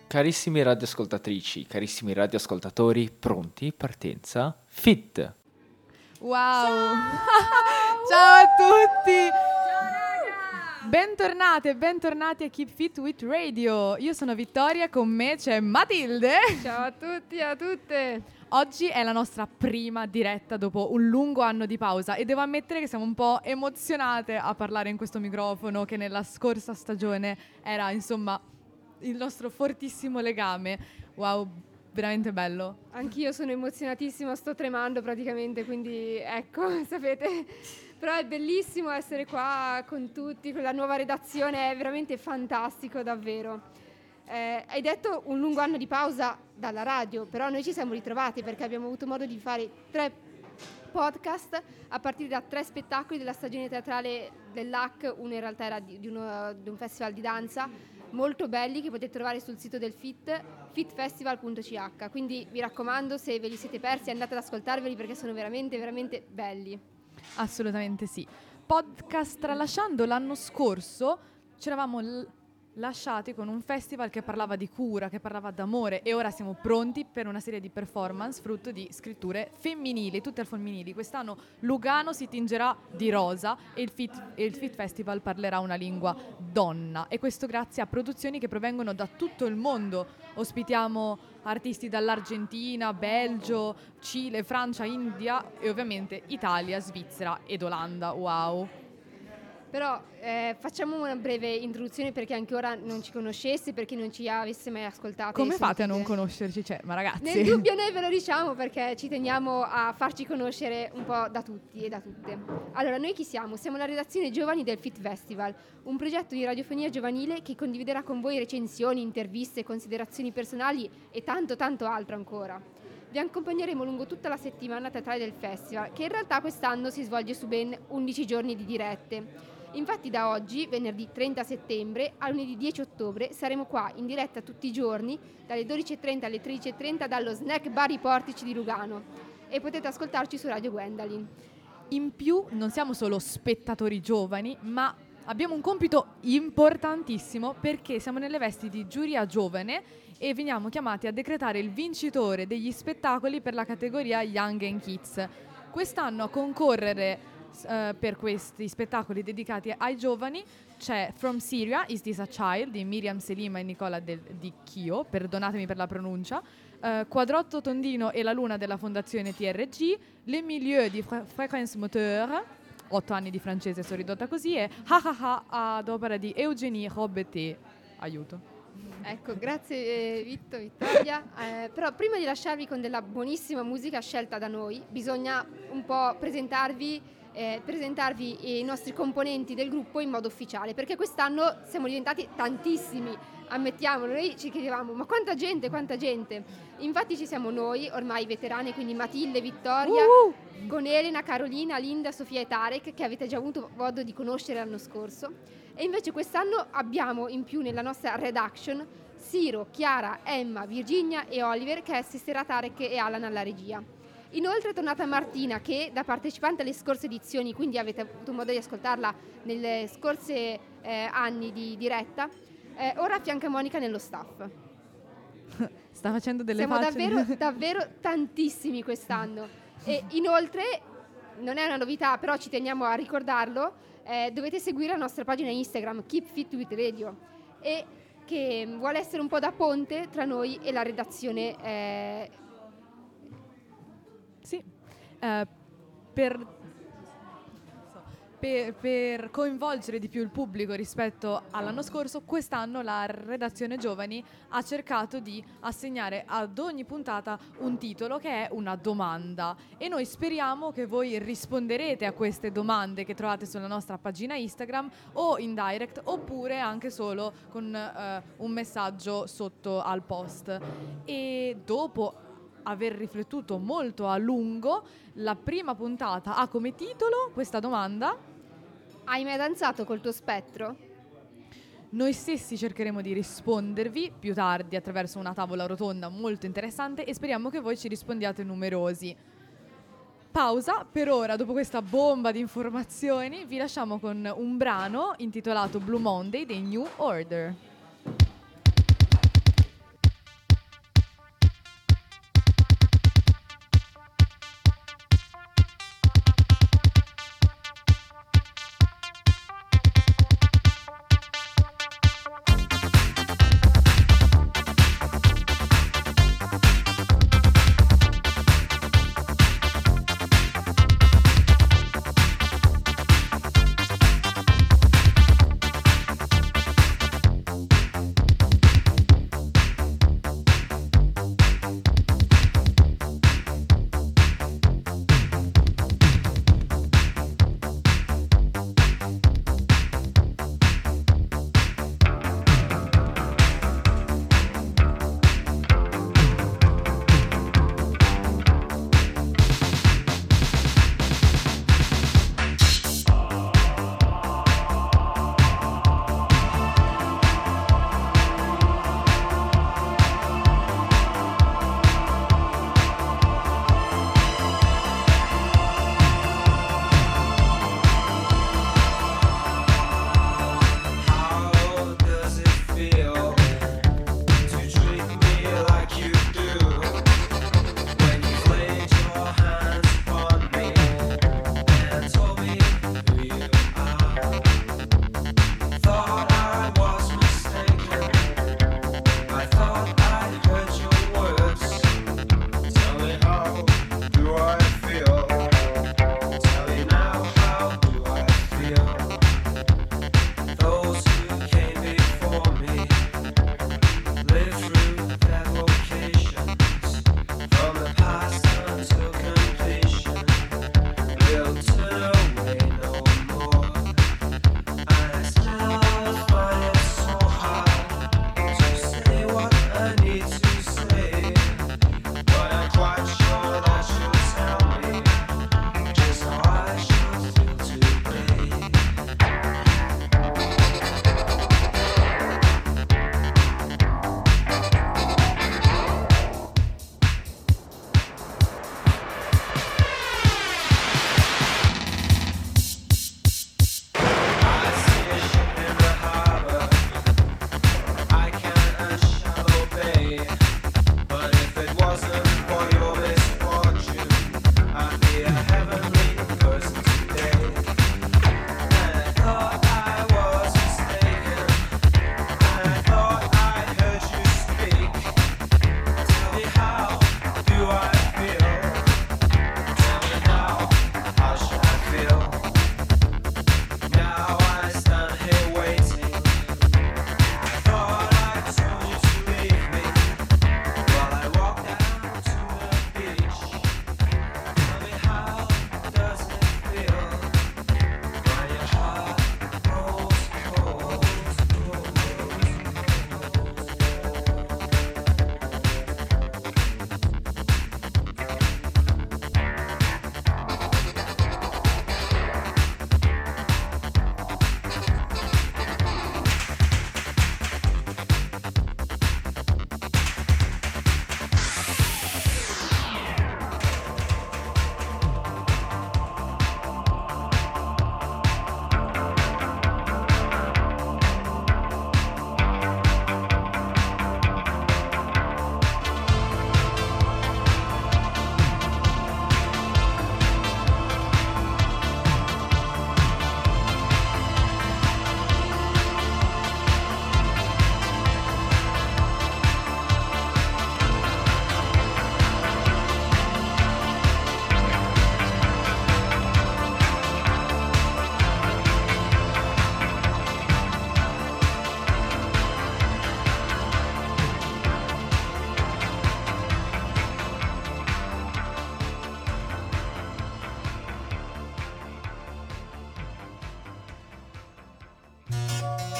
Carissimi radioascoltatrici, carissimi radioascoltatori, pronti? Partenza? Fit! Wow! Ciao a tutti! Bentornati a Keep Fit with Radio. Io sono Vittoria, con me c'è Matilde. Ciao a tutti e a tutte! Oggi è la nostra prima diretta dopo un lungo anno di pausa e devo ammettere che siamo un po' emozionate a parlare in questo microfono che nella scorsa stagione era, insomma, il nostro fortissimo legame. Wow, veramente bello. Anch'io sono emozionatissima, sto tremando praticamente, quindi ecco, sapete. Però è bellissimo essere qua con tutti, con la nuova redazione, è veramente fantastico, davvero. Hai detto un lungo anno di pausa dalla radio, però noi ci siamo ritrovati perché abbiamo avuto modo di fare 3 podcast a partire da 3 spettacoli della stagione teatrale dell'AC. Uno in realtà era di un festival di danza, molto belli, che potete trovare sul sito del fitfestival.ch. Quindi vi raccomando, se ve li siete persi, andate ad ascoltarveli perché sono veramente, veramente belli. Assolutamente sì. Podcast tralasciando, l'anno scorso ci eravamo lasciati con un festival che parlava di cura, che parlava d'amore, e ora siamo pronti per una serie di performance frutto di scritture femminili, tutte al femminili. Quest'anno Lugano si tingerà di rosa e il Fit Festival parlerà una lingua donna, e questo grazie a produzioni che provengono da tutto il mondo. Ospitiamo artisti dall'Argentina, Belgio, Cile, Francia, India e ovviamente Italia, Svizzera ed Olanda. Wow! Però facciamo una breve introduzione perché anche ora non ci conoscesse, per chi non ci avesse mai ascoltato. Come fate a non conoscerci? Cioè, ma ragazzi... Nel dubbio noi ve lo diciamo perché ci teniamo a farci conoscere un po' da tutti e da tutte. Allora, noi chi siamo? Siamo la redazione giovani del Fit Festival, un progetto di radiofonia giovanile che condividerà con voi recensioni, interviste, considerazioni personali e tanto tanto altro ancora. Vi accompagneremo lungo tutta la settimana teatrale del festival, che in realtà quest'anno si svolge su ben 11 giorni di dirette. Infatti da oggi, venerdì 30 settembre, a lunedì 10 ottobre, saremo qua in diretta tutti i giorni, dalle 12.30 alle 13.30 dallo Snack Bar I Portici di Lugano, e potete ascoltarci su Radio Gwendalin. In più non siamo solo spettatori giovani, ma abbiamo un compito importantissimo perché siamo nelle vesti di giuria giovane e veniamo chiamati a decretare il vincitore degli spettacoli per la categoria Young and Kids. Quest'anno a concorrere per questi spettacoli dedicati ai giovani c'è From Syria, Is This a Child di Miriam Selima e Nicola Di Chio, perdonatemi per la pronuncia, Quadrotto Tondino e la Luna della Fondazione TRG, Les Milieux di Fréquence Moteur, 8 anni di francese, sono ridotta così, e Ha Ha Ha ad opera di Eugénie Robertet. Aiuto. Ecco, grazie Vittoria. Però prima di lasciarvi con della buonissima musica scelta da noi, bisogna un po' presentarvi i nostri componenti del gruppo in modo ufficiale, perché quest'anno siamo diventati tantissimi, ammettiamolo. Noi ci chiedevamo, ma quanta gente? Infatti ci siamo noi, ormai veterani, quindi Matilde, Vittoria, con Elena, Carolina, Linda, Sofia e Tarek, che avete già avuto modo di conoscere l'anno scorso, e invece quest'anno abbiamo in più nella nostra redaction Siro, Chiara, Emma, Virginia e Oliver, che assisterà Tarek e Alan alla regia. Inoltre è tornata Martina, che da partecipante alle scorse edizioni, quindi avete avuto modo di ascoltarla nelle scorse anni di diretta, ora affianca Monica nello staff. Sta facendo delle Siamo facce. davvero tantissimi quest'anno. E inoltre, non è una novità, però ci teniamo a ricordarlo, dovete seguire la nostra pagina Instagram, Keep Fit with Radio, e che vuole essere un po' da ponte tra noi e la redazione. Sì, per coinvolgere di più il pubblico rispetto all'anno scorso, quest'anno la redazione giovani ha cercato di assegnare ad ogni puntata un titolo che è una domanda, e noi speriamo che voi risponderete a queste domande che trovate sulla nostra pagina Instagram o in direct, oppure anche solo con un messaggio sotto al post. E dopo aver riflettuto molto a lungo, la prima puntata ha come titolo questa domanda: hai mai danzato col tuo spettro? Noi stessi cercheremo di rispondervi più tardi attraverso una tavola rotonda molto interessante e speriamo che voi ci rispondiate numerosi. Pausa per ora. Dopo questa bomba di informazioni vi lasciamo con un brano intitolato Blue Monday dei New Order.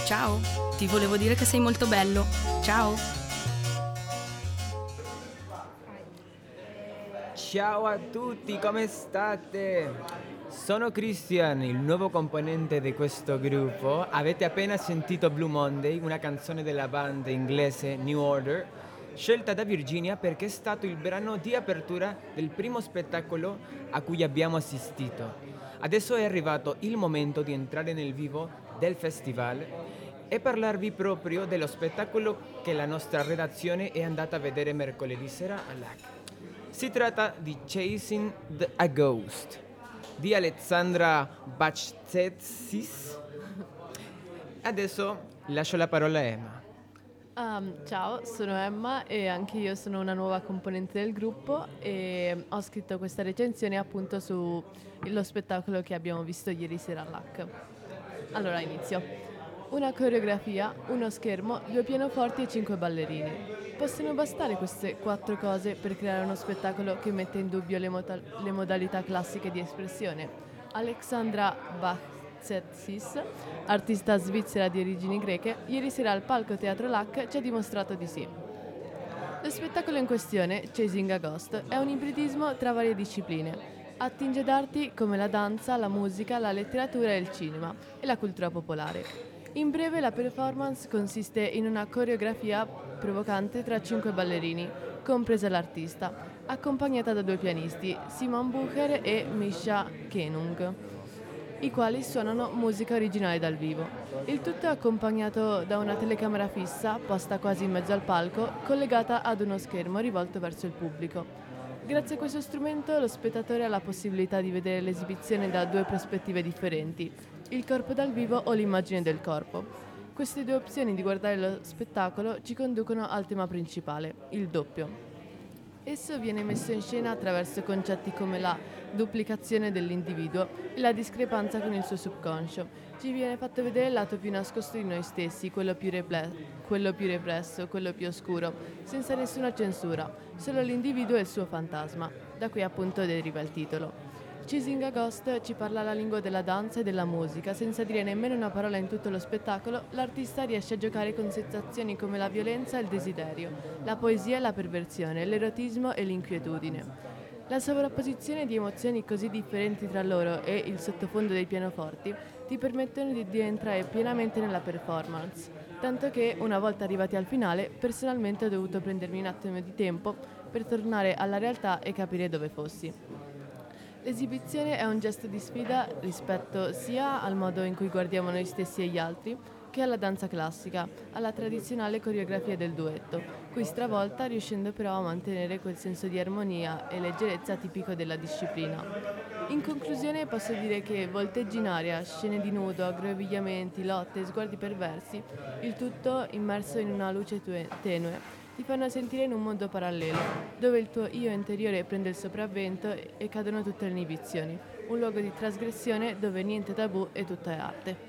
Ciao, ti volevo dire che sei molto bello. Ciao. Ciao a tutti, come state? Sono Christian, il nuovo componente di questo gruppo. Avete appena sentito Blue Monday, una canzone della band inglese New Order, scelta da Virginia perché è stato il brano di apertura del primo spettacolo a cui abbiamo assistito. Adesso è arrivato il momento di entrare nel vivo del festival e parlarvi proprio dello spettacolo che la nostra redazione è andata a vedere mercoledì sera all'AC. Si tratta di a Ghost di Alexandra Bachzetsis. Adesso lascio la parola a Emma. Ciao, sono Emma e anche io sono una nuova componente del gruppo e ho scritto questa recensione appunto sullo spettacolo che abbiamo visto ieri sera all'AC. Allora inizio. Una coreografia, uno schermo, 2 pianoforti e 5 ballerini. Possono bastare queste 4 cose per creare uno spettacolo che mette in dubbio le modalità classiche di espressione? Alexandra Bachzetsis, artista svizzera di origini greche, ieri sera al palco Teatro LAC ci ha dimostrato di sì. Lo spettacolo in questione, Chasing a Ghost, è un ibridismo tra varie discipline. Attinge ad arti come la danza, la musica, la letteratura e il cinema e la cultura popolare. In breve, la performance consiste in una coreografia provocante tra 5 ballerini, compresa l'artista, accompagnata da 2 pianisti, Simon Bucher e Misha Kenung, i quali suonano musica originale dal vivo. Il tutto è accompagnato da una telecamera fissa, posta quasi in mezzo al palco, collegata ad uno schermo rivolto verso il pubblico. Grazie a questo strumento lo spettatore ha la possibilità di vedere l'esibizione da 2 prospettive differenti, il corpo dal vivo o l'immagine del corpo. Queste 2 opzioni di guardare lo spettacolo ci conducono al tema principale, il doppio. Esso viene messo in scena attraverso concetti come la duplicazione dell'individuo e la discrepanza con il suo subconscio. Ci viene fatto vedere il lato più nascosto di noi stessi, quello più represso, quello più oscuro, senza nessuna censura, solo l'individuo e il suo fantasma. Da qui appunto deriva il titolo. Chasing a Ghost ci parla la lingua della danza e della musica, senza dire nemmeno una parola in tutto lo spettacolo. L'artista riesce a giocare con sensazioni come la violenza e il desiderio, la poesia e la perversione, l'erotismo e l'inquietudine. La sovrapposizione di emozioni così differenti tra loro e il sottofondo dei pianoforti ti permettono di entrare pienamente nella performance, tanto che, una volta arrivati al finale, personalmente ho dovuto prendermi un attimo di tempo per tornare alla realtà e capire dove fossi. L'esibizione è un gesto di sfida rispetto sia al modo in cui guardiamo noi stessi e gli altri, che alla danza classica, alla tradizionale coreografia del duetto, qui stravolta riuscendo però a mantenere quel senso di armonia e leggerezza tipico della disciplina. In conclusione posso dire che volteggi in aria, scene di nudo, aggrovigliamenti, lotte, sguardi perversi, il tutto immerso in una luce tenue, ti fanno sentire in un mondo parallelo, dove il tuo io interiore prende il sopravvento e cadono tutte le inibizioni, un luogo di trasgressione dove niente tabù e tutto è arte.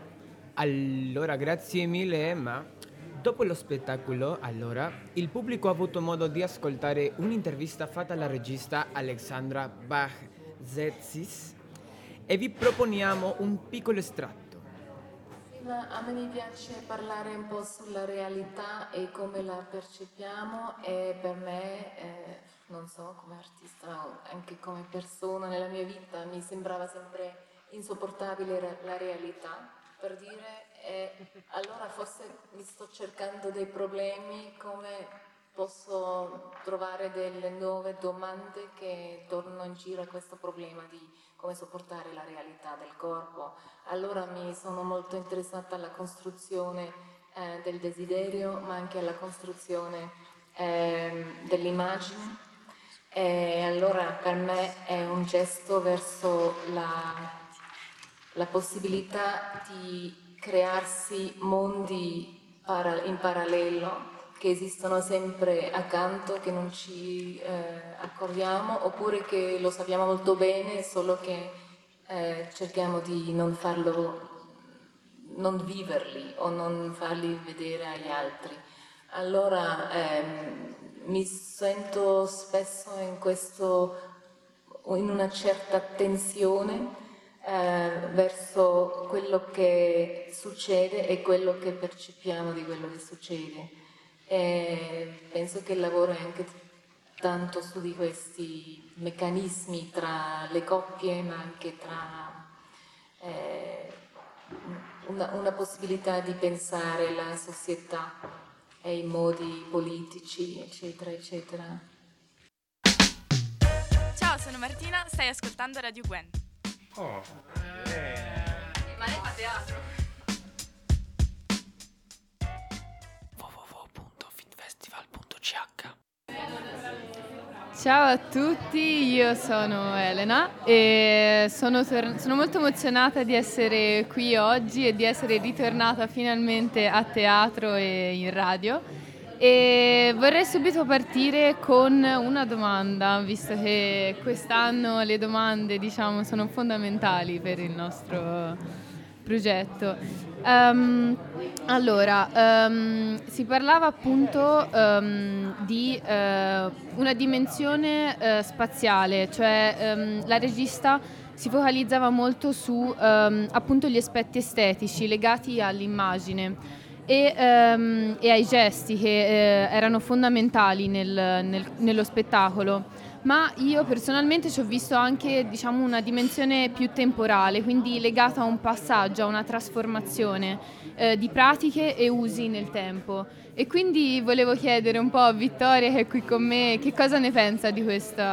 Allora, grazie mille Emma. Dopo lo spettacolo, il pubblico ha avuto modo di ascoltare un'intervista fatta alla regista Alexandra Bachzetsis e vi proponiamo un piccolo estratto. Ma a me mi piace parlare un po' sulla realtà e come la percepiamo e per me, non so, come artista o anche come persona nella mia vita mi sembrava sempre insopportabile la realtà, per dire, allora forse mi sto cercando dei problemi, come posso trovare delle nuove domande che tornano in giro a questo problema di come sopportare la realtà del corpo. Allora mi sono molto interessata alla costruzione del desiderio, ma anche alla costruzione dell'immagine. E allora per me è un gesto verso la possibilità di crearsi mondi in parallelo che esistono sempre accanto, che non ci accorgiamo, oppure che lo sappiamo molto bene, solo che cerchiamo di non viverli o non farli vedere agli altri. Allora mi sento spesso in una certa tensione verso quello che succede e quello che percepiamo di quello che succede. E penso che il lavoro è anche tanto su di questi meccanismi tra le coppie, ma anche tra una possibilità di pensare la società e i modi politici, eccetera, eccetera. Ciao, sono Martina, stai ascoltando Radio Gwen. Ma lei fa teatro? www.finfestival.ch. Ciao a tutti, io sono Elena e sono molto emozionata di essere qui oggi e di essere ritornata finalmente a teatro e in radio. E vorrei subito partire con una domanda, visto che quest'anno le domande, diciamo, sono fondamentali per il nostro progetto. Si parlava appunto di una dimensione spaziale, cioè la regista si focalizzava molto su appunto gli aspetti estetici legati all'immagine e ai gesti che erano fondamentali nello spettacolo. Ma io personalmente ci ho visto anche, diciamo, una dimensione più temporale, quindi legata a un passaggio, a una trasformazione di pratiche e usi nel tempo. E quindi volevo chiedere un po' a Vittoria, che è qui con me, che cosa ne pensa di questo.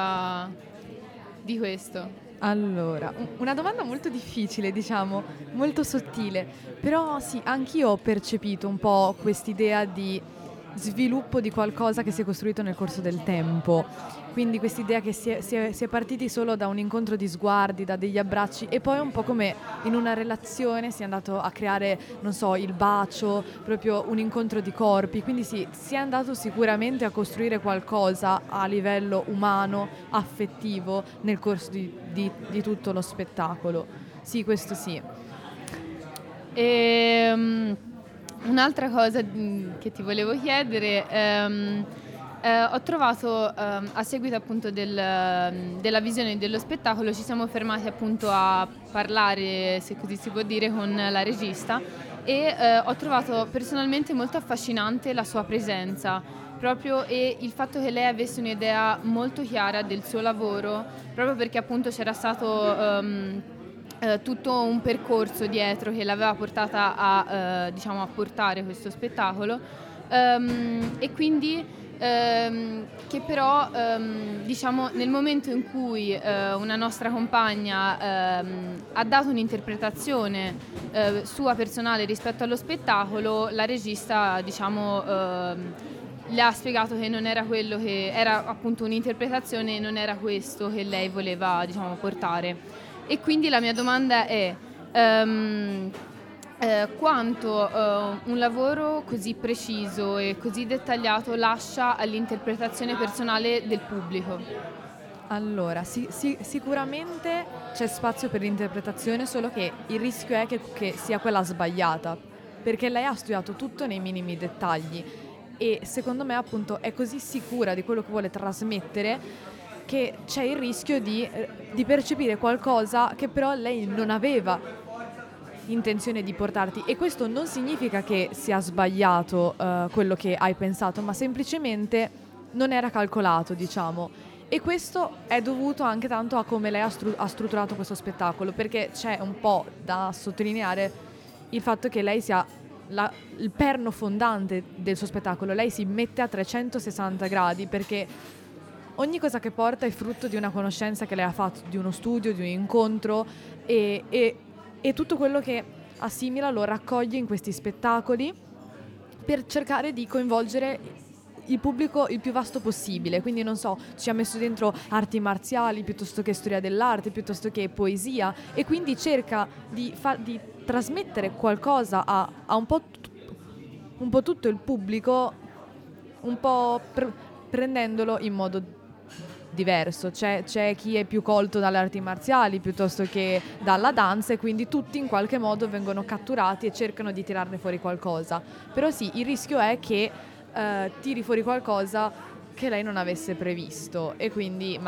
Allora, una domanda molto difficile, diciamo, molto sottile, però sì, anch'io ho percepito un po' quest'idea di sviluppo di qualcosa che si è costruito nel corso del tempo. Quindi quest'idea che si è partiti solo da un incontro di sguardi, da degli abbracci, e poi un po' come in una relazione si è andato a creare, non so, il bacio, proprio un incontro di corpi. Quindi sì, si è andato sicuramente a costruire qualcosa a livello umano, affettivo, nel corso di tutto lo spettacolo. Sì, questo sì. Un'altra cosa che ti volevo chiedere, ho trovato a seguito appunto della visione dello spettacolo, ci siamo fermati appunto a parlare, se così si può dire, con la regista e ho trovato personalmente molto affascinante la sua presenza proprio, e il fatto che lei avesse un'idea molto chiara del suo lavoro, proprio perché appunto c'era stato tutto un percorso dietro che l'aveva portata a portare questo spettacolo, e quindi che però nel momento in cui una nostra compagna ha dato un'interpretazione sua personale rispetto allo spettacolo, la regista le ha spiegato che non era quello, che era appunto un'interpretazione e non era questo che lei voleva, diciamo, portare. E quindi la mia domanda è quanto un lavoro così preciso e così dettagliato lascia all'interpretazione personale del pubblico? Allora, sicuramente c'è spazio per l'interpretazione, solo che il rischio è che sia quella sbagliata, perché lei ha studiato tutto nei minimi dettagli e secondo me appunto è così sicura di quello che vuole trasmettere che c'è il rischio di percepire qualcosa che però lei non aveva intenzione di portarti, e questo non significa che sia sbagliato quello che hai pensato, ma semplicemente non era calcolato, diciamo. E questo è dovuto anche tanto a come lei ha strutturato questo spettacolo, perché c'è un po' da sottolineare il fatto che lei sia il perno fondante del suo spettacolo. Lei si mette a 360 gradi perché ogni cosa che porta è frutto di una conoscenza che lei ha fatto, di uno studio, di un incontro, e tutto quello che assimila lo raccoglie in questi spettacoli per cercare di coinvolgere il pubblico il più vasto possibile. Quindi non so, ci ha messo dentro arti marziali piuttosto che storia dell'arte, piuttosto che poesia, e quindi cerca di trasmettere qualcosa a un po' tutto il pubblico, un po' prendendolo in modo diverso. C'è chi è più colto dalle arti marziali piuttosto che dalla danza, e quindi tutti in qualche modo vengono catturati e cercano di tirarne fuori qualcosa. Però sì, il rischio è che tiri fuori qualcosa che lei non avesse previsto, e quindi ma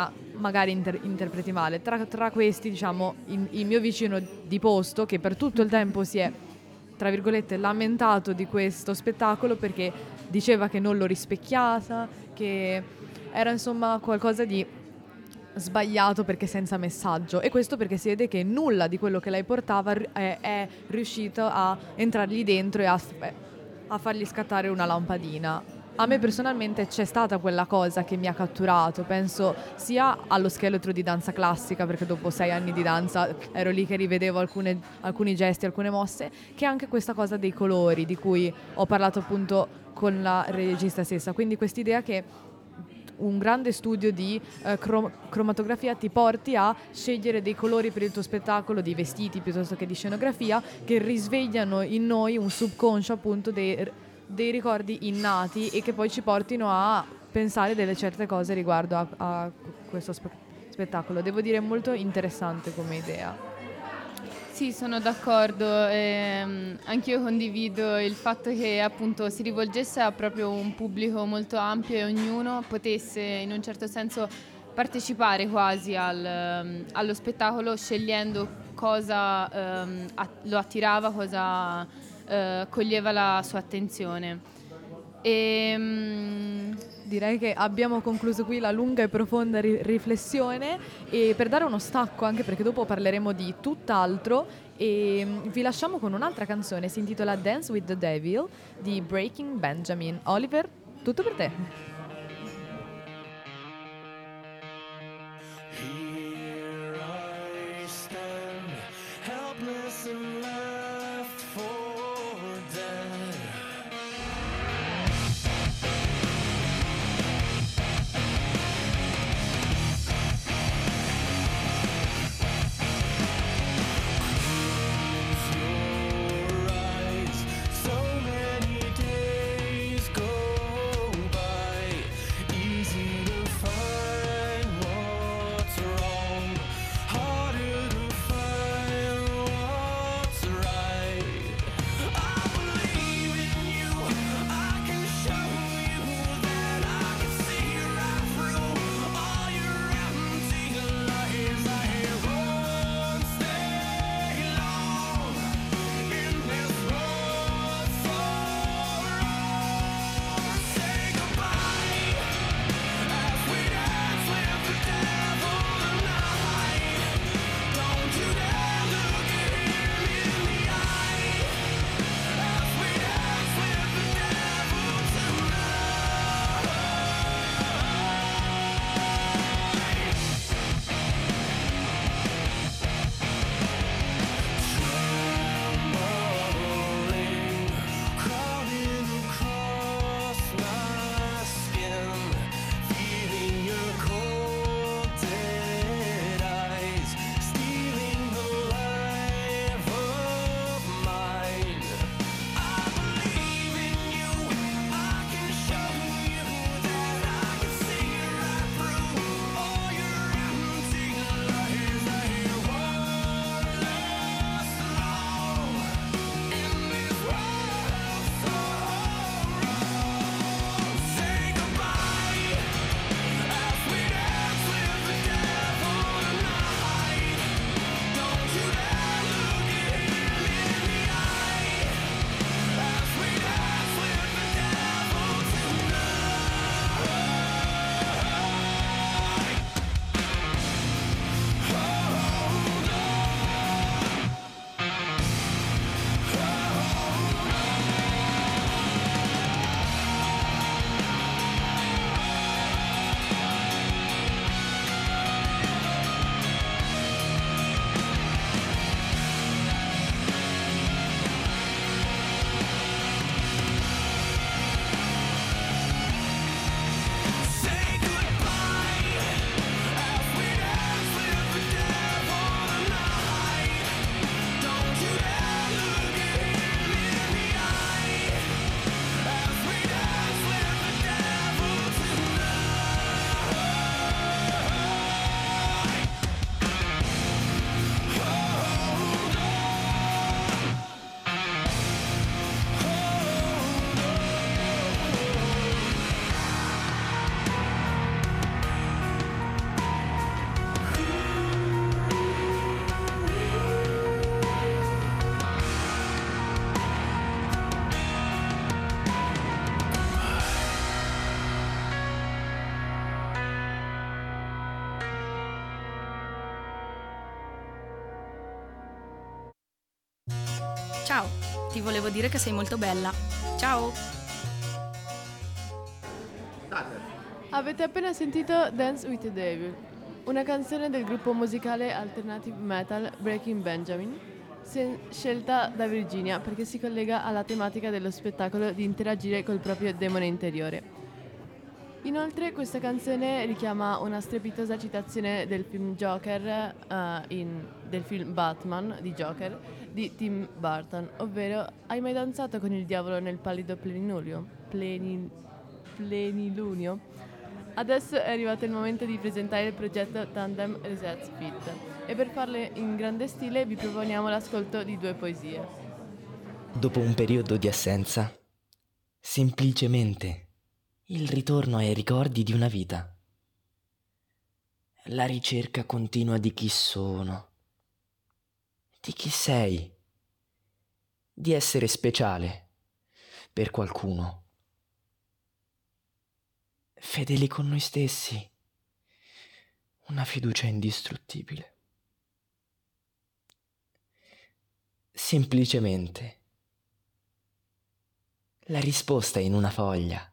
magari interpreti male. Tra questi, diciamo, il mio vicino di posto, che per tutto il tempo si è, tra virgolette, lamentato di questo spettacolo perché diceva che non lo rispecchiava, che era insomma qualcosa di sbagliato perché senza messaggio, e questo perché si vede che nulla di quello che lei portava è riuscito a entrargli dentro e a fargli scattare una lampadina. A me personalmente c'è stata quella cosa che mi ha catturato, penso sia allo scheletro di danza classica, perché dopo 6 anni di danza ero lì che rivedevo alcuni gesti, alcune mosse, che anche questa cosa dei colori di cui ho parlato appunto con la regista stessa, quindi quest'idea che un grande studio di cromatografia ti porti a scegliere dei colori per il tuo spettacolo, di vestiti piuttosto che di scenografia, che risvegliano in noi un subconscio appunto dei ricordi innati e che poi ci portino a pensare delle certe cose riguardo a questo spettacolo. Devo dire molto interessante come idea. Sì, sono d'accordo. Anch'io condivido il fatto che appunto si rivolgesse a proprio un pubblico molto ampio e ognuno potesse in un certo senso partecipare quasi allo spettacolo, scegliendo cosa lo attirava, cosa coglieva la sua attenzione. Direi che abbiamo concluso qui la lunga e profonda riflessione, e per dare uno stacco, anche perché dopo parleremo di tutt'altro, e vi lasciamo con un'altra canzone, si intitola Dance with the Devil di Breaking Benjamin. Oliver, tutto per te. So many days go by. ti volevo dire che sei molto bella. Ciao! Avete appena sentito Dance with the Devil, una canzone del gruppo musicale alternative metal Breaking Benjamin, scelta da Virginia perché si collega alla tematica dello spettacolo di interagire col proprio demone interiore. Inoltre questa canzone richiama una strepitosa citazione del film Joker, del film Batman di Joker di Tim Burton, ovvero hai mai danzato con il diavolo nel pallido plenilunio? Adesso è arrivato il momento di presentare il progetto Tandem Reset Fit e per farle in grande stile vi proponiamo l'ascolto di 2 poesie. Dopo un periodo di assenza, semplicemente il ritorno ai ricordi di una vita. La ricerca continua di chi sono, di chi sei, di essere speciale per qualcuno. Fedeli con noi stessi, una fiducia indistruttibile. Semplicemente, la risposta è in una foglia.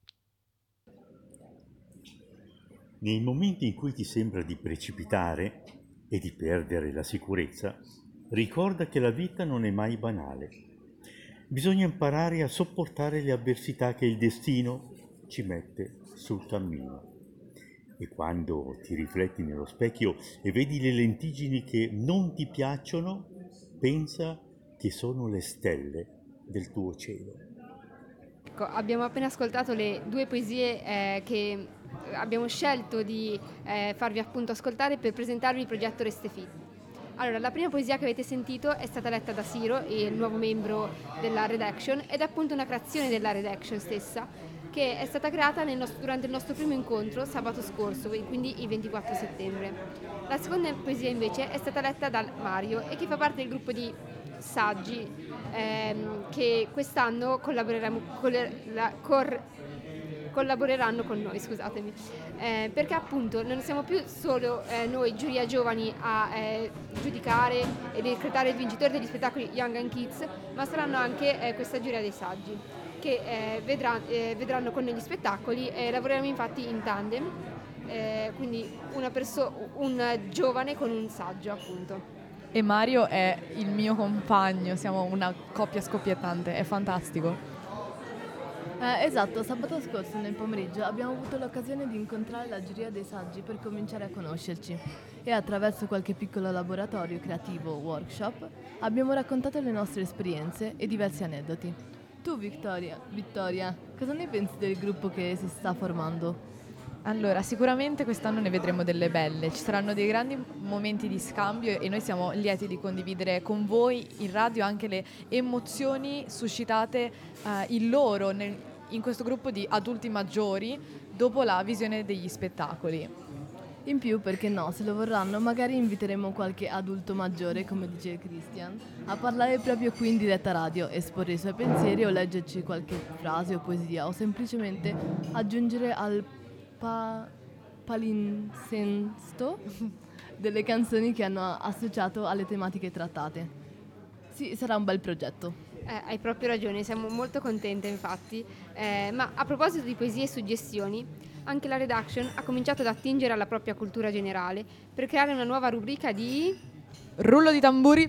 Nei momenti in cui ti sembra di precipitare e di perdere la sicurezza, ricorda che la vita non è mai banale. Bisogna imparare a sopportare le avversità che il destino ci mette sul cammino. E quando ti rifletti nello specchio e vedi le lentiggini che non ti piacciono, pensa che sono le stelle del tuo cielo. Ecco, abbiamo appena ascoltato le 2 poesie che abbiamo scelto di farvi appunto ascoltare per presentarvi il progetto Reste Fit. Allora, la prima poesia che avete sentito è stata letta da Siro, il nuovo membro della Redaction, ed è appunto una creazione della Redaction stessa, che è stata creata durante il nostro primo incontro sabato scorso, quindi il 24 settembre. La seconda poesia invece è stata letta da Mario e che fa parte del gruppo di saggi che quest'anno collaboreranno con noi, scusatemi, perché appunto non siamo più solo noi giuria giovani a giudicare e decretare il vincitore degli spettacoli Young and Kids, ma saranno anche questa giuria dei saggi che vedranno con noi gli spettacoli. Lavoriamo infatti in tandem, quindi un giovane con un saggio appunto. E Mario è il mio compagno, siamo una coppia scoppiettante, è fantastico. Esatto, sabato scorso nel pomeriggio abbiamo avuto l'occasione di incontrare la giuria dei saggi per cominciare a conoscerci e attraverso qualche piccolo laboratorio creativo workshop abbiamo raccontato le nostre esperienze e diversi aneddoti. Tu Vittoria, cosa ne pensi del gruppo che si sta formando? Allora, sicuramente quest'anno ne vedremo delle belle, ci saranno dei grandi momenti di scambio e noi siamo lieti di condividere con voi in radio anche le emozioni suscitate in questo gruppo di adulti maggiori dopo la visione degli spettacoli. In più, perché no, se lo vorranno magari inviteremo qualche adulto maggiore, come dice Christian, a parlare proprio qui in diretta radio, esporre i suoi pensieri o leggerci qualche frase o poesia o semplicemente aggiungere al palinsesto delle canzoni che hanno associato alle tematiche trattate. Sì, sarà un bel progetto. Hai proprio ragione, siamo molto contente infatti, ma a proposito di poesie e suggestioni, anche la Redaction ha cominciato ad attingere alla propria cultura generale per creare una nuova rubrica di... Rullo di tamburi!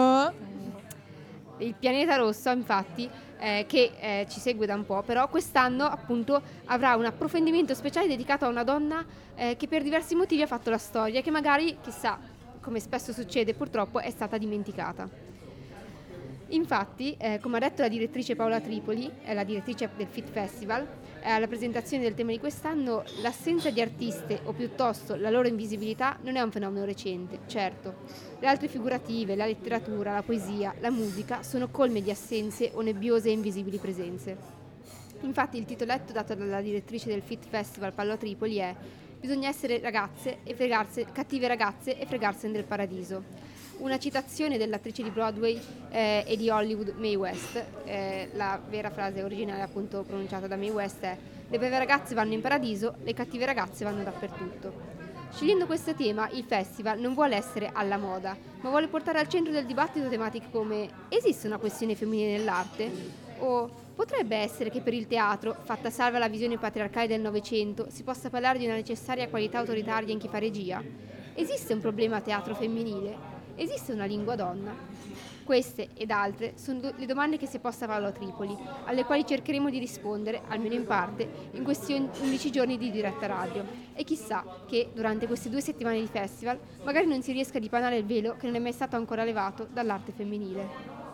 Il Pianeta Rosso, infatti, che ci segue da un po', però quest'anno appunto avrà un approfondimento speciale dedicato a una donna che per diversi motivi ha fatto la storia e che magari, chissà, come spesso succede purtroppo, è stata dimenticata. Infatti, come ha detto la direttrice Paola Tripoli, la direttrice del Fit Festival, alla presentazione del tema di quest'anno, l'assenza di artiste o piuttosto la loro invisibilità non è un fenomeno recente, certo. Le altre figurative, la letteratura, la poesia, la musica sono colme di assenze o nebbiose e invisibili presenze. Infatti il titoletto dato dalla direttrice del Fit Festival Paola Tripoli è «Bisogna essere cattive ragazze e fregarsene del paradiso». Una citazione dell'attrice di Broadway e di Hollywood Mae West. La vera frase originale appunto pronunciata da Mae West è: le brave ragazze vanno in paradiso, le cattive ragazze vanno dappertutto. Scegliendo questo tema, il festival non vuole essere alla moda, ma vuole portare al centro del dibattito tematiche come: esiste una questione femminile nell'arte? O potrebbe essere che per il teatro, fatta salva la visione patriarcale del Novecento, si possa parlare di una necessaria qualità autoritaria in chi fa regia? Esiste un problema teatro femminile? Esiste una lingua donna? Queste ed altre sono le domande che si è posta Paolo a Tripoli, alle quali cercheremo di rispondere, almeno in parte, in questi 11 giorni di diretta radio. E chissà che, durante queste 2 settimane di festival, magari non si riesca a dipanare il velo che non è mai stato ancora levato dall'arte femminile.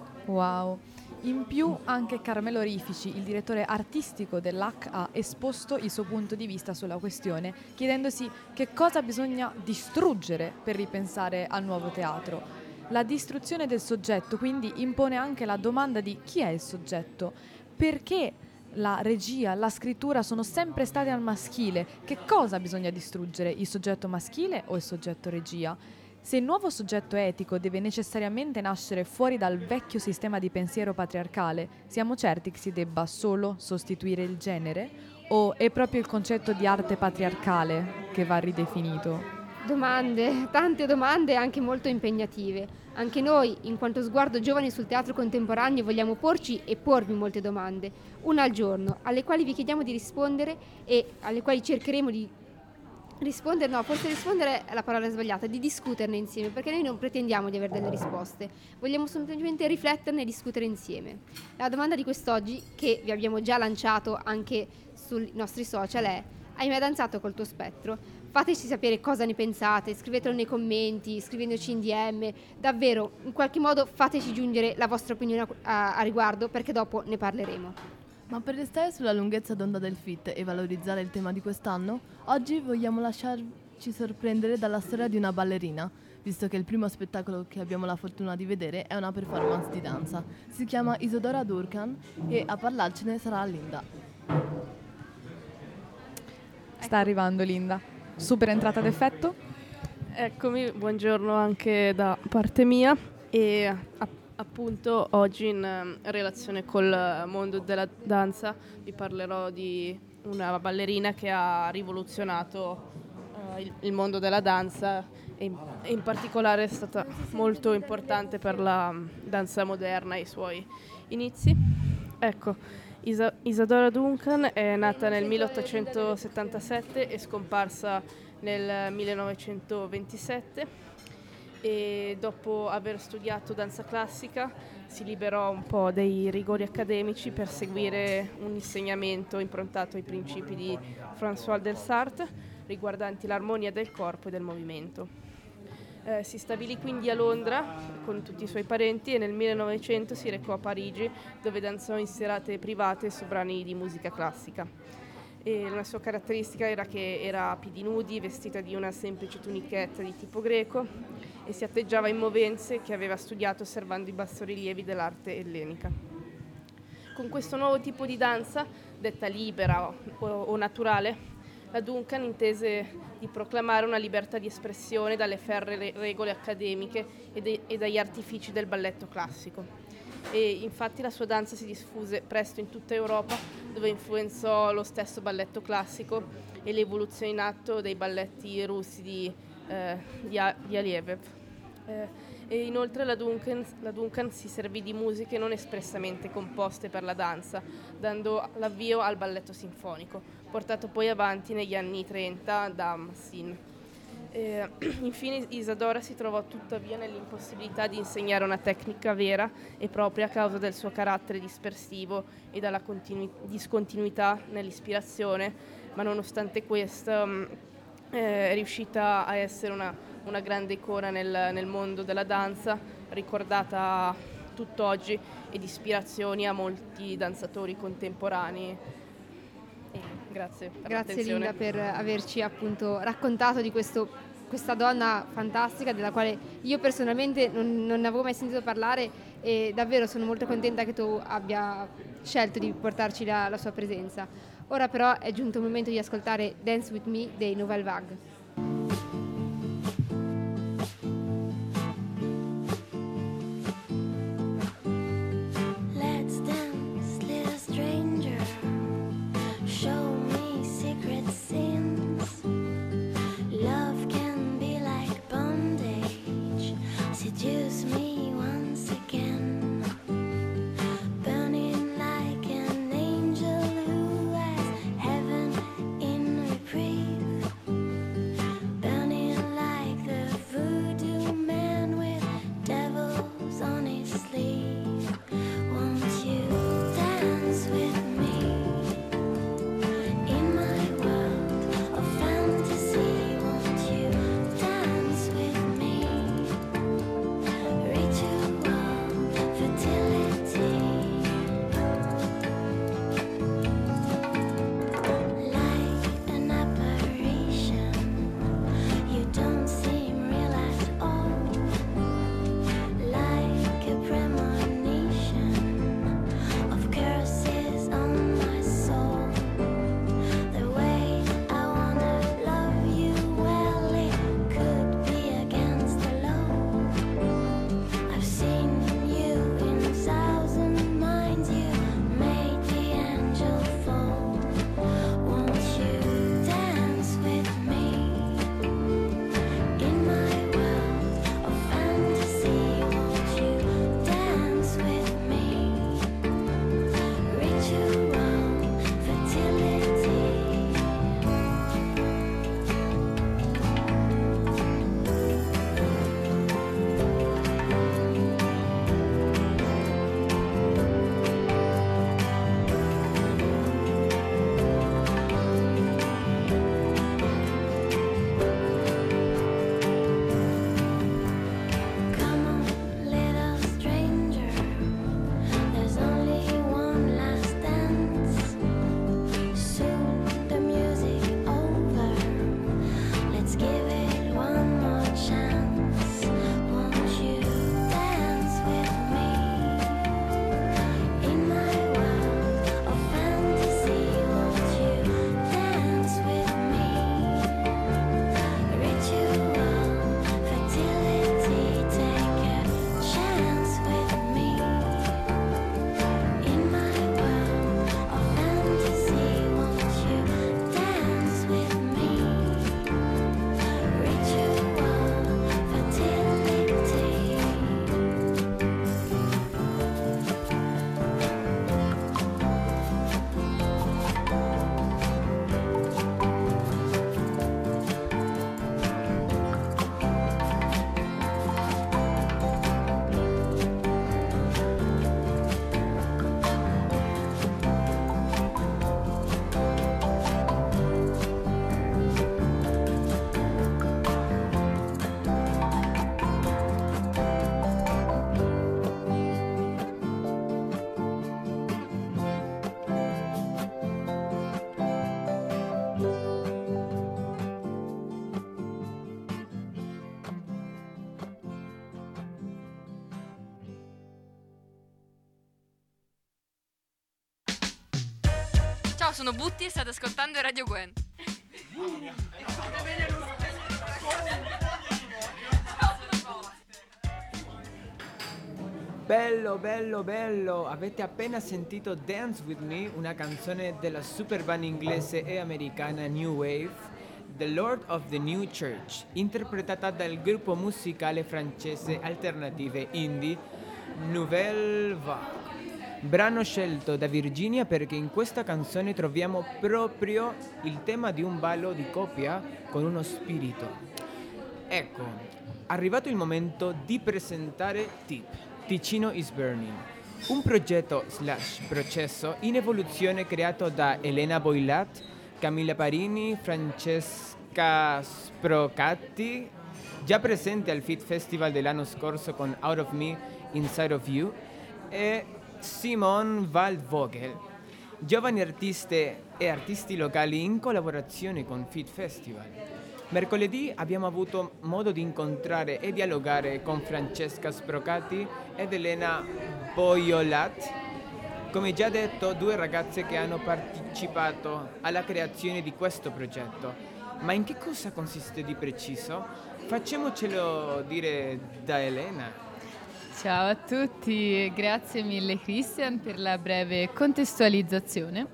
Wow! In più anche Carmelo Rifici, il direttore artistico dell'AC, ha esposto il suo punto di vista sulla questione, chiedendosi che cosa bisogna distruggere per ripensare al nuovo teatro. La distruzione del soggetto quindi impone anche la domanda di chi è il soggetto, perché la regia, la scrittura sono sempre state al maschile, che cosa bisogna distruggere, il soggetto maschile o il soggetto regia? Se il nuovo soggetto etico deve necessariamente nascere fuori dal vecchio sistema di pensiero patriarcale, siamo certi che si debba solo sostituire il genere? O è proprio il concetto di arte patriarcale che va ridefinito? Domande, tante domande anche molto impegnative. Anche noi, in quanto sguardo giovane sul teatro contemporaneo, vogliamo porci e porvi molte domande, una al giorno, alle quali vi chiediamo di rispondere e alle quali cercheremo di rispondere, no, forse rispondere è la parola sbagliata, di discuterne insieme, perché noi non pretendiamo di avere delle risposte, vogliamo semplicemente rifletterne e discutere insieme. La domanda di quest'oggi, che vi abbiamo già lanciato anche sui nostri social, è: hai mai danzato col tuo spettro? Fateci sapere cosa ne pensate, scrivetelo nei commenti, scrivendoci in DM, davvero, in qualche modo fateci giungere la vostra opinione a riguardo, perché dopo ne parleremo. Ma per restare sulla lunghezza d'onda del FIT e valorizzare il tema di quest'anno, oggi vogliamo lasciarci sorprendere dalla storia di una ballerina, visto che il primo spettacolo che abbiamo la fortuna di vedere è una performance di danza. Si chiama Isadora Duncan e a parlarcene sarà Linda. Sta arrivando Linda. Super entrata d'effetto? Eccomi, buongiorno anche da parte mia e appunto oggi in relazione col mondo della danza vi parlerò di una ballerina che ha rivoluzionato il mondo della danza e in particolare è stata molto importante per la danza moderna e i suoi inizi. Ecco, Isadora Duncan è nata nel 1877 e scomparsa nel 1927 e dopo aver studiato danza classica si liberò un po' dai rigori accademici per seguire un insegnamento improntato ai principi di François Delsarte riguardanti l'armonia del corpo e del movimento. Si stabilì quindi a Londra con tutti i suoi parenti e nel 1900 si recò a Parigi, dove danzò in serate private su brani di musica classica. E la sua caratteristica era che era a piedi nudi, vestita di una semplice tunichetta di tipo greco e si atteggiava in movenze che aveva studiato osservando i bassorilievi dell'arte ellenica. Con questo nuovo tipo di danza, detta libera o naturale, la Duncan intese di proclamare una libertà di espressione dalle ferree regole accademiche e dagli artifici del balletto classico. E infatti la sua danza si diffuse presto in tutta Europa, dove influenzò lo stesso balletto classico e l'evoluzione in atto dei balletti russi di Aliev. E inoltre la Duncan si servì di musiche non espressamente composte per la danza, dando l'avvio al balletto sinfonico, portato poi avanti negli anni 30 da Massin. Infine Isadora si trovò tuttavia nell'impossibilità di insegnare una tecnica vera e propria a causa del suo carattere dispersivo e dalla discontinuità nell'ispirazione, ma nonostante questo è riuscita a essere una grande icona nel mondo della danza, ricordata tutt'oggi e di ispirazioni a molti danzatori contemporanei. Grazie per l'attenzione. Linda per averci appunto raccontato di questa donna fantastica della quale io personalmente non avevo mai sentito parlare e davvero sono molto contenta che tu abbia scelto di portarci la sua presenza. Ora però è giunto il momento di ascoltare Dance With Me dei Nouvelle Vague. Show me secret sins. Love Ciao, sono Butti e state ascoltando Radio Gwen. Bello, bello, bello! Avete appena sentito Dance With Me, una canzone della super band inglese e americana New Wave, The Lord of the New Church, interpretata dal gruppo musicale francese alternative indie Nouvelle Vague. Brano scelto da Virginia perché in questa canzone troviamo proprio il tema di un ballo di coppia con uno spirito. Ecco, arrivato il momento di presentare TIP. Ticino is Burning, un progetto / processo in evoluzione creato da Elena Boilat, Camilla Parini, Francesca Sprocati, già presente al Fit Festival dell'anno scorso con Out of Me, Inside of You, e Simone Waldvogel, giovani artiste e artisti locali in collaborazione con Fit Festival. Mercoledì abbiamo avuto modo di incontrare e dialogare con Francesca Sprocati ed Elena Boiolat, come già detto, 2 ragazze che hanno partecipato alla creazione di questo progetto. Ma in che cosa consiste di preciso? Facciamocelo dire da Elena. Ciao a tutti, grazie mille Christian per la breve contestualizzazione.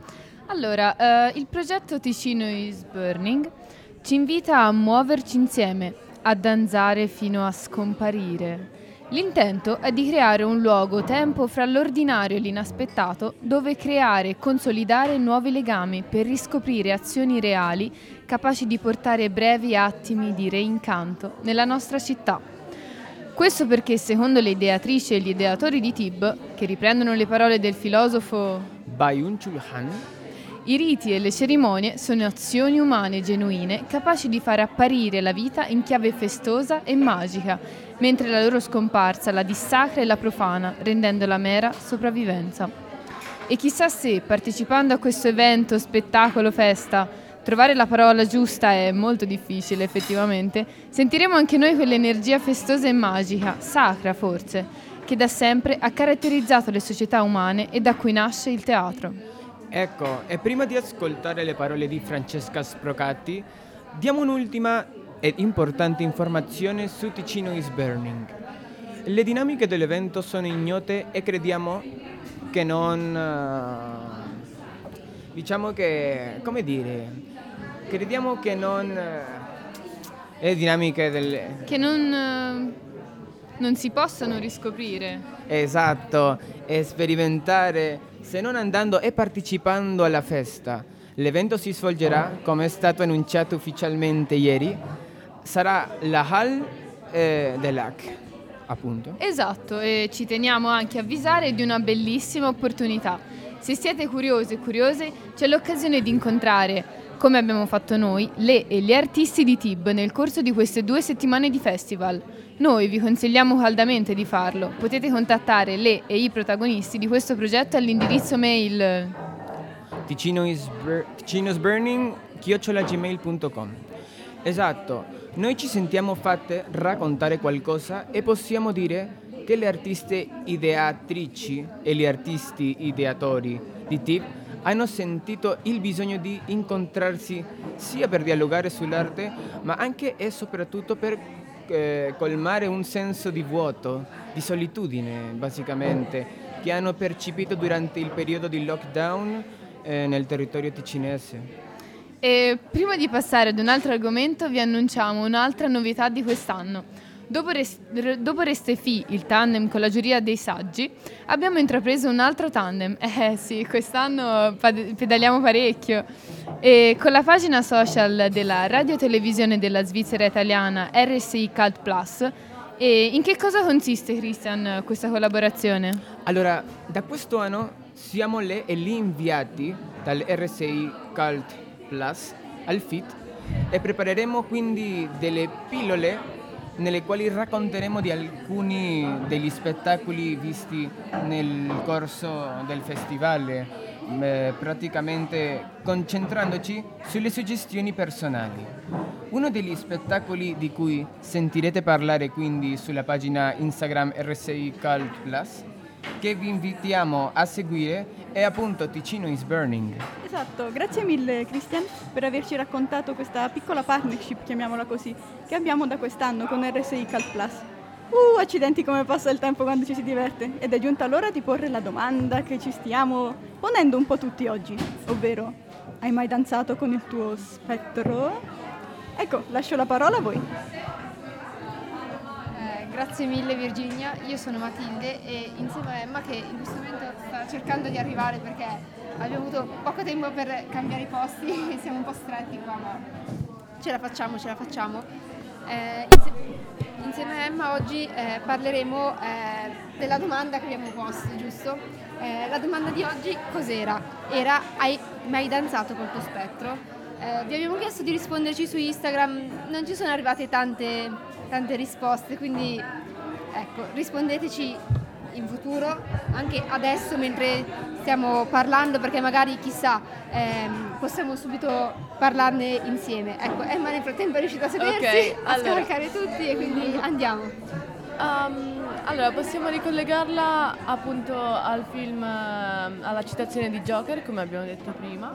Allora, il progetto Ticino is Burning ci invita a muoverci insieme, a danzare fino a scomparire. L'intento è di creare un luogo-tempo fra l'ordinario e l'inaspettato dove creare e consolidare nuovi legami per riscoprire azioni reali capaci di portare brevi attimi di reincanto nella nostra città. Questo perché, secondo le ideatrici e gli ideatori di Tib, che riprendono le parole del filosofo Byung-Chul Han, i riti e le cerimonie sono azioni umane genuine capaci di far apparire la vita in chiave festosa e magica, mentre la loro scomparsa la dissacra e la profana, rendendola mera sopravvivenza. E chissà se, partecipando a questo evento, spettacolo, festa, trovare la parola giusta è molto difficile effettivamente, sentiremo anche noi quell'energia festosa e magica, sacra forse, che da sempre ha caratterizzato le società umane e da cui nasce il teatro. Ecco, e prima di ascoltare le parole di Francesca Sprocati, diamo un'ultima ed importante informazione su Ticino is Burning. Le dinamiche dell'evento sono ignote e crediamo che le dinamiche che non si possano riscoprire. Esatto, e sperimentare se non andando e partecipando alla festa. L'evento si svolgerà, come è stato annunciato ufficialmente ieri, sarà la Hall de Lac, appunto. Esatto, e ci teniamo anche a avvisare di una bellissima opportunità. Se siete curiosi e curiose, c'è l'occasione di incontrare, come abbiamo fatto noi, le e gli artisti di Tib nel corso di queste 2 settimane di festival. Noi vi consigliamo caldamente di farlo. Potete contattare le e i protagonisti di questo progetto all'indirizzo mail ticinosburning@gmail.com. Esatto, noi ci sentiamo fatte raccontare qualcosa e possiamo dire che le artiste ideatrici e gli artisti ideatori di TIP hanno sentito il bisogno di incontrarsi sia per dialogare sull'arte, ma anche e soprattutto per colmare un senso di vuoto, di solitudine, basicamente, che hanno percepito durante il periodo di lockdown nel territorio ticinese. E prima di passare ad un altro argomento vi annunciamo un'altra novità di quest'anno. Dopo Restefi, il tandem con la giuria dei saggi, abbiamo intrapreso un altro tandem. Sì, quest'anno pedaliamo parecchio. E con la pagina social della radiotelevisione della Svizzera italiana RSI Cult Plus. E in che cosa consiste, Christian, questa collaborazione? Allora, da questo anno siamo le e gli inviati dal RSI Cult Plus al FIT e prepareremo quindi delle pillole nelle quali racconteremo di alcuni degli spettacoli visti nel corso del festival, praticamente concentrandoci sulle suggestioni personali. Uno degli spettacoli di cui sentirete parlare quindi sulla pagina Instagram RSI Cult Plus che vi invitiamo a seguire è appunto Ticino is Burning. Esatto, grazie mille Christian per averci raccontato questa piccola partnership, chiamiamola così, che abbiamo da quest'anno con RSI Cult Plus. Accidenti come passa il tempo quando ci si diverte. Ed è giunta l'ora di porre la domanda che ci stiamo ponendo un po' tutti oggi, ovvero: hai mai danzato con il tuo spettro? Ecco, lascio la parola a voi. Grazie mille Virginia, io sono Matilde e insieme a Emma, che in questo momento sta cercando di arrivare perché abbiamo avuto poco tempo per cambiare i posti e siamo un po' stretti qua, ma ce la facciamo. Insieme a Emma oggi parleremo della domanda che abbiamo posto, giusto? La domanda di oggi cos'era? Era: hai mai danzato col tuo spettro? Vi abbiamo chiesto di risponderci su Instagram, non ci sono arrivate tante risposte, quindi ecco, rispondeteci in futuro, anche adesso mentre stiamo parlando, perché magari chissà possiamo subito parlarne insieme. Ecco, Emma nel frattempo è riuscita a sedersi, a scavalcare tutti, e quindi andiamo. Allora, possiamo ricollegarla appunto al film, alla citazione di Joker, come abbiamo detto prima,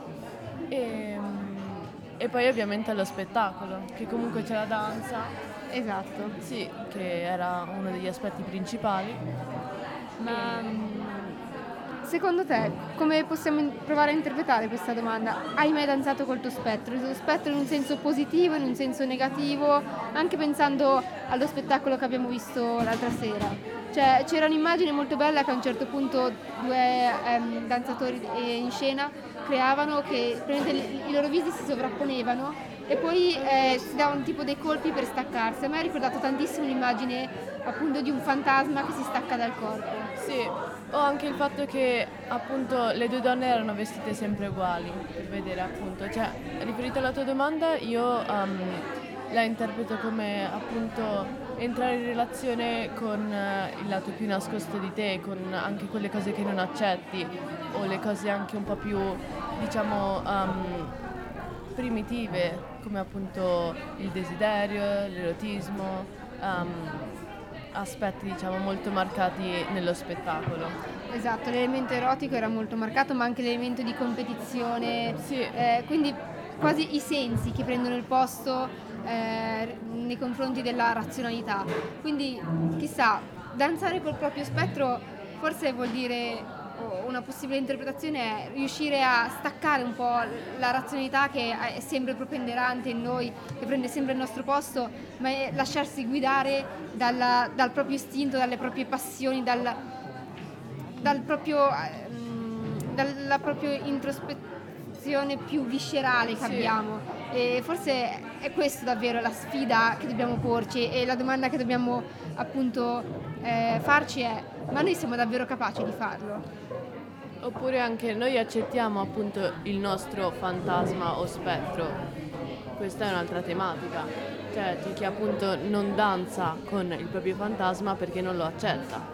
e poi ovviamente allo spettacolo, che comunque c'è la danza. Esatto. Sì, che era uno degli aspetti principali. Ma secondo te come possiamo provare a interpretare questa domanda? Hai mai danzato col tuo spettro? Il tuo spettro in un senso positivo, in un senso negativo, anche pensando allo spettacolo che abbiamo visto l'altra sera. Cioè, c'era un'immagine molto bella che a un certo punto due danzatori in scena creavano, che i loro visi si sovrapponevano e poi si davano tipo dei colpi per staccarsi. A me ha ricordato tantissimo l'immagine appunto di un fantasma che si stacca dal corpo. Sì, o anche il fatto che appunto le due donne erano vestite sempre uguali, per vedere appunto, cioè, riferito alla tua domanda, io la interpreto come appunto entrare in relazione con il lato più nascosto di te, con anche quelle cose che non accetti o le cose anche un po' più, diciamo, primitive, come appunto il desiderio, l'erotismo, aspetti diciamo molto marcati nello spettacolo. Esatto, l'elemento erotico era molto marcato, ma anche l'elemento di competizione, sì. Quindi quasi i sensi che prendono il posto nei confronti della razionalità. Quindi chissà, danzare col proprio spettro forse vuol dire, una possibile interpretazione è riuscire a staccare un po' la razionalità che è sempre propenderante in noi, che prende sempre il nostro posto, ma è lasciarsi guidare dal proprio istinto, dalle proprie passioni, dalla propria introspezione più viscerale che abbiamo. E forse è questo davvero la sfida che dobbiamo porci, e la domanda che dobbiamo appunto farci è: ma noi siamo davvero capaci di farlo? Oppure anche noi accettiamo appunto il nostro fantasma o spettro. Questa è un'altra tematica, cioè di chi appunto non danza con il proprio fantasma perché non lo accetta.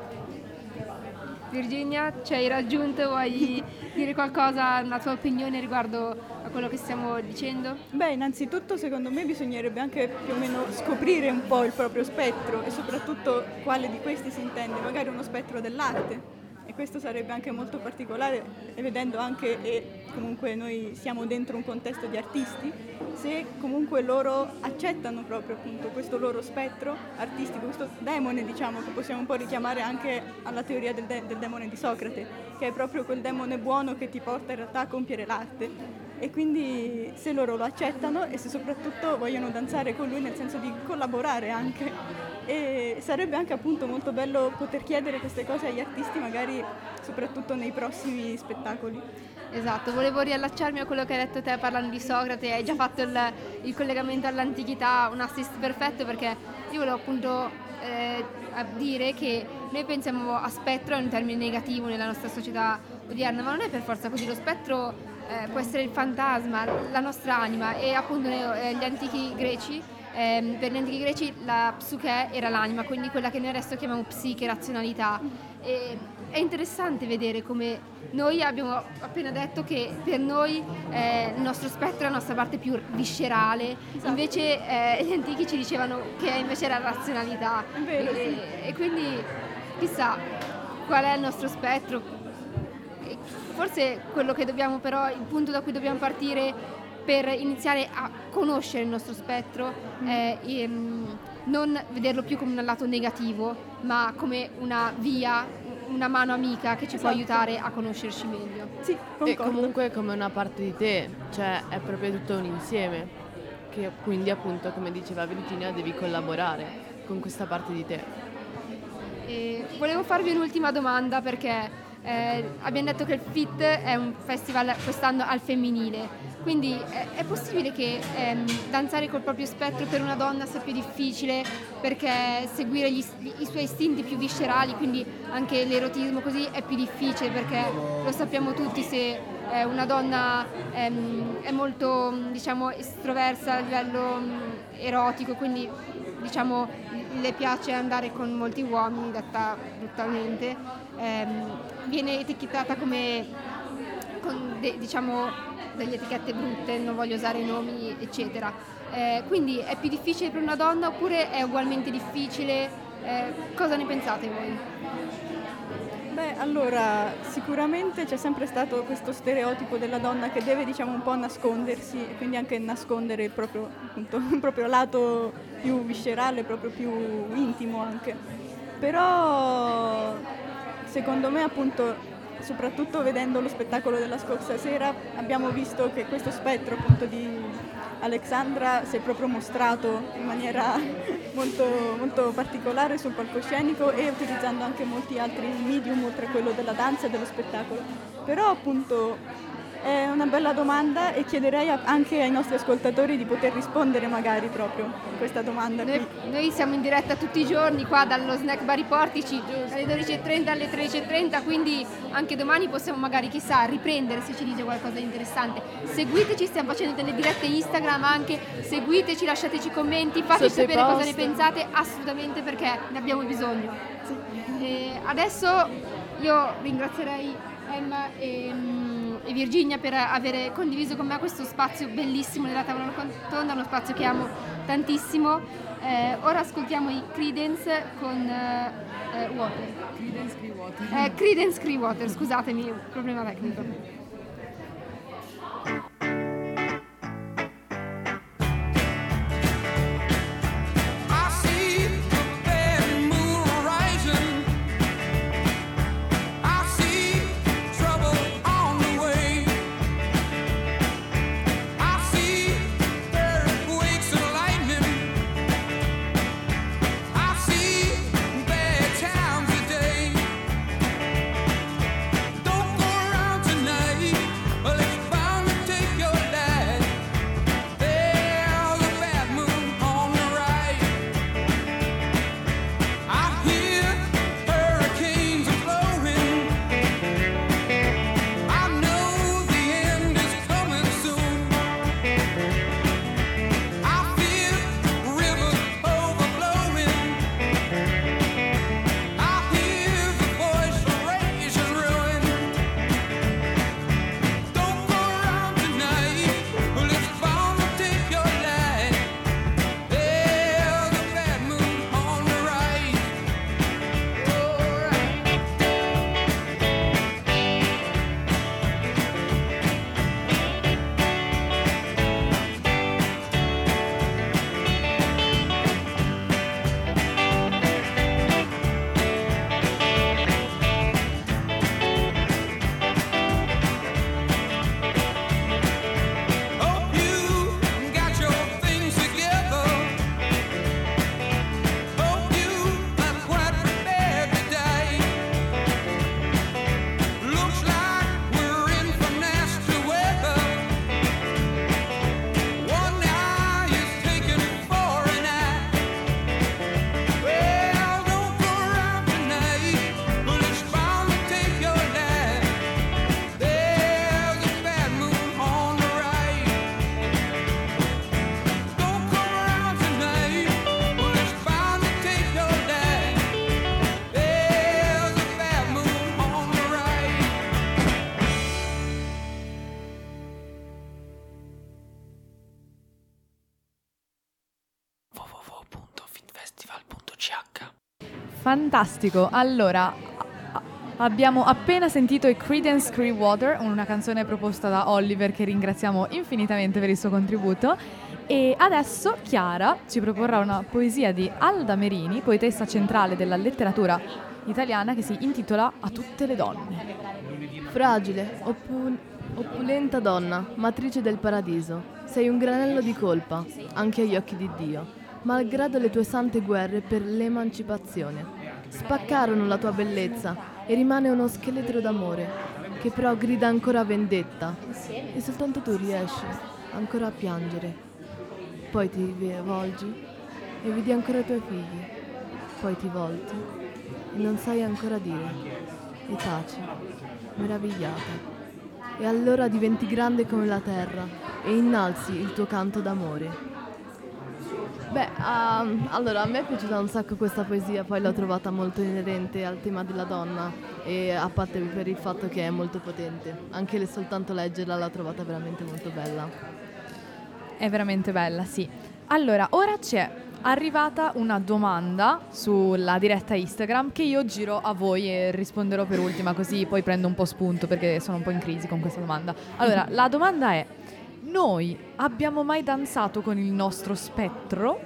Virginia, ci hai raggiunto, vuoi dire qualcosa, una tua opinione riguardo a quello che stiamo dicendo? Beh, innanzitutto secondo me bisognerebbe anche più o meno scoprire un po' il proprio spettro e soprattutto quale di questi si intende, magari uno spettro dell'arte. E questo sarebbe anche molto particolare, e vedendo anche, e comunque noi siamo dentro un contesto di artisti, se comunque loro accettano proprio appunto questo loro spettro artistico, questo demone, diciamo, che possiamo un po' richiamare anche alla teoria del demone di Socrate, che è proprio quel demone buono che ti porta in realtà a compiere l'arte. E quindi se loro lo accettano e se soprattutto vogliono danzare con lui, nel senso di collaborare anche. E sarebbe anche appunto molto bello poter chiedere queste cose agli artisti, magari soprattutto nei prossimi spettacoli. Esatto, volevo riallacciarmi a quello che hai detto te parlando di Socrate. Hai già fatto il collegamento all'antichità, un assist perfetto, perché io volevo appunto dire che noi pensiamo a spettro, è un termine negativo nella nostra società odierna, ma non è per forza così. Lo spettro può essere il fantasma, la nostra anima, e appunto gli antichi greci, per gli antichi greci la psuche era l'anima, quindi quella che noi adesso chiamiamo psiche, razionalità. E è interessante vedere come noi abbiamo appena detto che per noi il nostro spettro è la nostra parte più viscerale, esatto. Invece gli antichi ci dicevano che invece era razionalità. Vero, sì. E quindi chissà, qual è il nostro spettro. E forse quello che dobbiamo però, il punto da cui dobbiamo partire per iniziare a conoscere il nostro spettro è non vederlo più come un lato negativo, ma come una via, una mano amica che ci può aiutare a conoscerci meglio. Sì, e comunque come una parte di te, cioè è proprio tutto un insieme, che quindi appunto, come diceva Virginia, devi collaborare con questa parte di te. E volevo farvi un'ultima domanda perché abbiamo detto che il FIT è un festival quest'anno al femminile, quindi è possibile che danzare col proprio spettro per una donna sia più difficile perché seguire i suoi istinti più viscerali, quindi anche l'erotismo così è più difficile perché lo sappiamo tutti, se una donna è molto diciamo estroversa a livello erotico, quindi diciamo le piace andare con molti uomini, detta brutalmente, viene etichettata come con diciamo delle etichette brutte, non voglio usare nomi eccetera, quindi è più difficile per una donna oppure è ugualmente difficile? Cosa ne pensate voi? Beh, allora, sicuramente c'è sempre stato questo stereotipo della donna che deve, diciamo, un po' nascondersi e quindi anche nascondere il proprio, appunto, il proprio lato più viscerale, proprio più intimo anche. Però, secondo me, appunto, soprattutto vedendo lo spettacolo della scorsa sera, abbiamo visto che questo spettro, appunto, di Alexandra si è proprio mostrato in maniera molto, molto particolare sul palcoscenico e utilizzando anche molti altri medium oltre a quello della danza e dello spettacolo. Però appunto è una bella domanda e chiederei anche ai nostri ascoltatori di poter rispondere magari proprio a questa domanda. Noi siamo in diretta tutti i giorni qua dallo Snack Bar I Portici dalle 12.30 alle 13.30, quindi anche domani possiamo magari, chissà, riprendere se ci dice qualcosa di interessante. Seguiteci, stiamo facendo delle dirette Instagram anche, seguiteci, lasciateci commenti, fateci sapere cosa ne pensate, assolutamente, perché ne abbiamo bisogno. E adesso io ringrazierei Emma e Virginia per aver condiviso con me questo spazio bellissimo nella tavola rotonda, uno spazio che amo tantissimo. Ora ascoltiamo i Creedence con Water. Creedence Clearwater, scusatemi, problema tecnico. Fantastico, allora Abbiamo appena sentito i Creedence Clearwater, una canzone proposta da Oliver che ringraziamo infinitamente per il suo contributo. E adesso Chiara ci proporrà una poesia di Alda Merini, poetessa centrale della letteratura italiana, che si intitola A tutte le donne. Fragile, opulenta donna, matrice del paradiso, sei un granello di colpa, anche agli occhi di Dio, malgrado le tue sante guerre per l'emancipazione. Spaccarono la tua bellezza e rimane uno scheletro d'amore, che però grida ancora vendetta, e soltanto tu riesci ancora a piangere. Poi ti volgi e vedi ancora i tuoi figli, poi ti volti e non sai ancora dire, e taci, meravigliata. E allora diventi grande come la terra e innalzi il tuo canto d'amore. Allora a me è piaciuta un sacco questa poesia, poi l'ho trovata molto inerente al tema della donna e a parte per il fatto che è molto potente, anche soltanto leggerla l'ho trovata veramente molto bella. È veramente bella, sì. Allora, ora c'è arrivata una domanda sulla diretta Instagram che io giro a voi e risponderò per ultima, così poi prendo un po' spunto perché sono un po' in crisi con questa domanda. Allora, la domanda è: noi abbiamo mai danzato con il nostro spettro?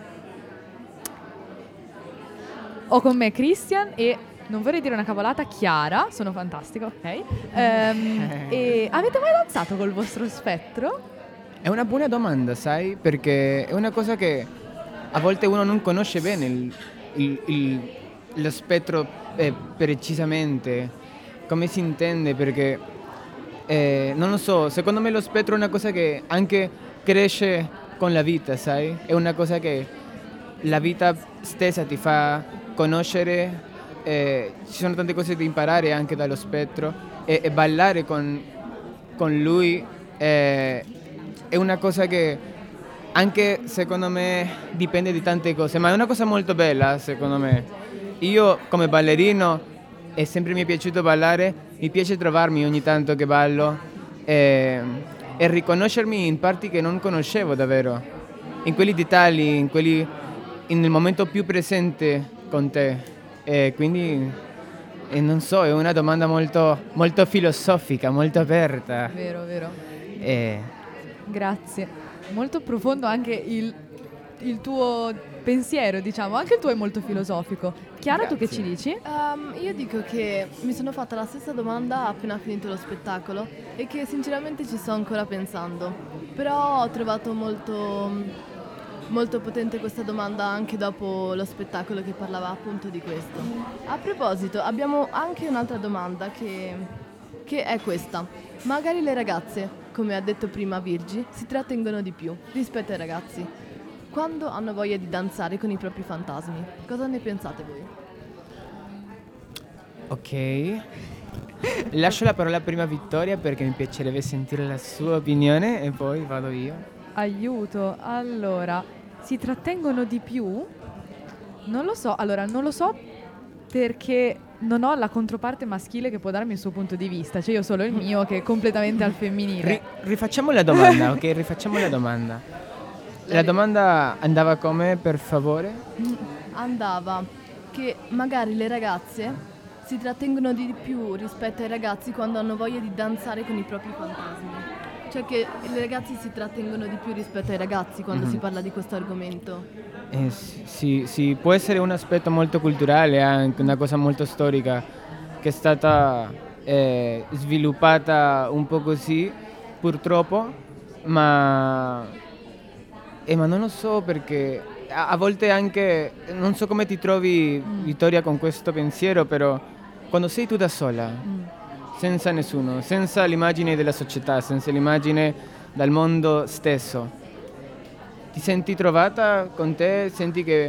Ho con me Christian e, non vorrei dire una cavolata, Chiara, sono fantastica, ok? E avete mai danzato col vostro spettro? È una buona domanda, sai? Perché è una cosa che a volte uno non conosce bene lo spettro precisamente, come si intende, perché non lo so, secondo me lo spettro è una cosa che anche cresce con la vita, sai? È una cosa che la vita stessa ti fa conoscere, ci sono tante cose da imparare anche dallo spettro e ballare con lui è una cosa che anche secondo me dipende di tante cose, ma è una cosa molto bella secondo me. Io come ballerino sempre mi è piaciuto ballare, mi piace trovarmi ogni tanto che ballo e riconoscermi in parti che non conoscevo davvero, in quelli dettagli, nel momento più presente con te, e quindi non so, è una domanda molto, molto filosofica, molto aperta. Vero. Grazie. Molto profondo anche il tuo pensiero, diciamo, anche il tuo è molto filosofico. Chiara, Grazie. tu che ci dici? Io dico che mi sono fatta la stessa domanda appena finito lo spettacolo e che sinceramente ci sto ancora pensando, però ho trovato molto potente questa domanda anche dopo lo spettacolo che parlava appunto di questo. A proposito, abbiamo anche un'altra domanda che è questa: magari le ragazze, come ha detto prima Virgi, si trattengono di più rispetto ai ragazzi quando hanno voglia di danzare con i propri fantasmi. Cosa ne pensate voi? Ok, lascio la parola prima a Vittoria perché mi piacerebbe sentire la sua opinione e poi vado io. Aiuto, allora, si trattengono di più? Non lo so, perché non ho la controparte maschile che può darmi il suo punto di vista, cioè io solo il mio che è completamente al femminile. Rifacciamo la domanda, ok? Rifacciamo la domanda. La domanda andava come, per favore? Andava che magari le ragazze si trattengono di più rispetto ai ragazzi quando hanno voglia di danzare con i propri fantasmi. Cioè che le ragazze si trattengono di più rispetto ai ragazzi quando si parla di questo argomento. Sì, può essere un aspetto molto culturale, anche una cosa molto storica che è stata sviluppata un po' così, purtroppo, ma non lo so perché a volte anche, non so come ti trovi Vittoria con questo pensiero, però quando sei tu da sola, senza nessuno, senza l'immagine della società, senza l'immagine dal mondo stesso, ti senti trovata con te? Senti che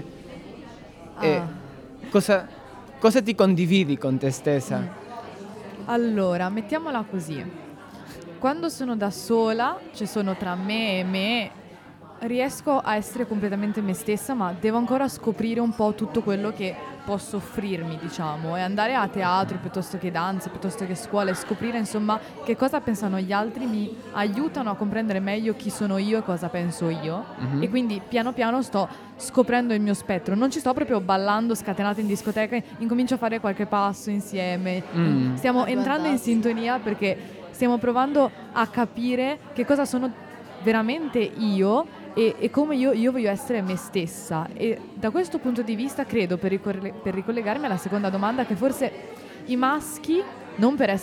cosa ti condividi con te stessa? Allora, mettiamola così. Quando sono da sola, cioè sono tra me e me, riesco a essere completamente me stessa, ma devo ancora scoprire un po' tutto quello che posso offrirmi, diciamo, e andare a teatro piuttosto che danza, piuttosto che scuola, e scoprire insomma che cosa pensano gli altri mi aiutano a comprendere meglio chi sono io e cosa penso io. E quindi piano piano sto scoprendo il mio spettro, non ci sto proprio ballando scatenata in discoteca, incomincio a fare qualche passo insieme, stiamo entrando in sintonia perché stiamo provando a capire che cosa sono veramente io e come io voglio essere me stessa. E da questo punto di vista credo, per ricollegarmi alla seconda domanda, che forse i maschi, non per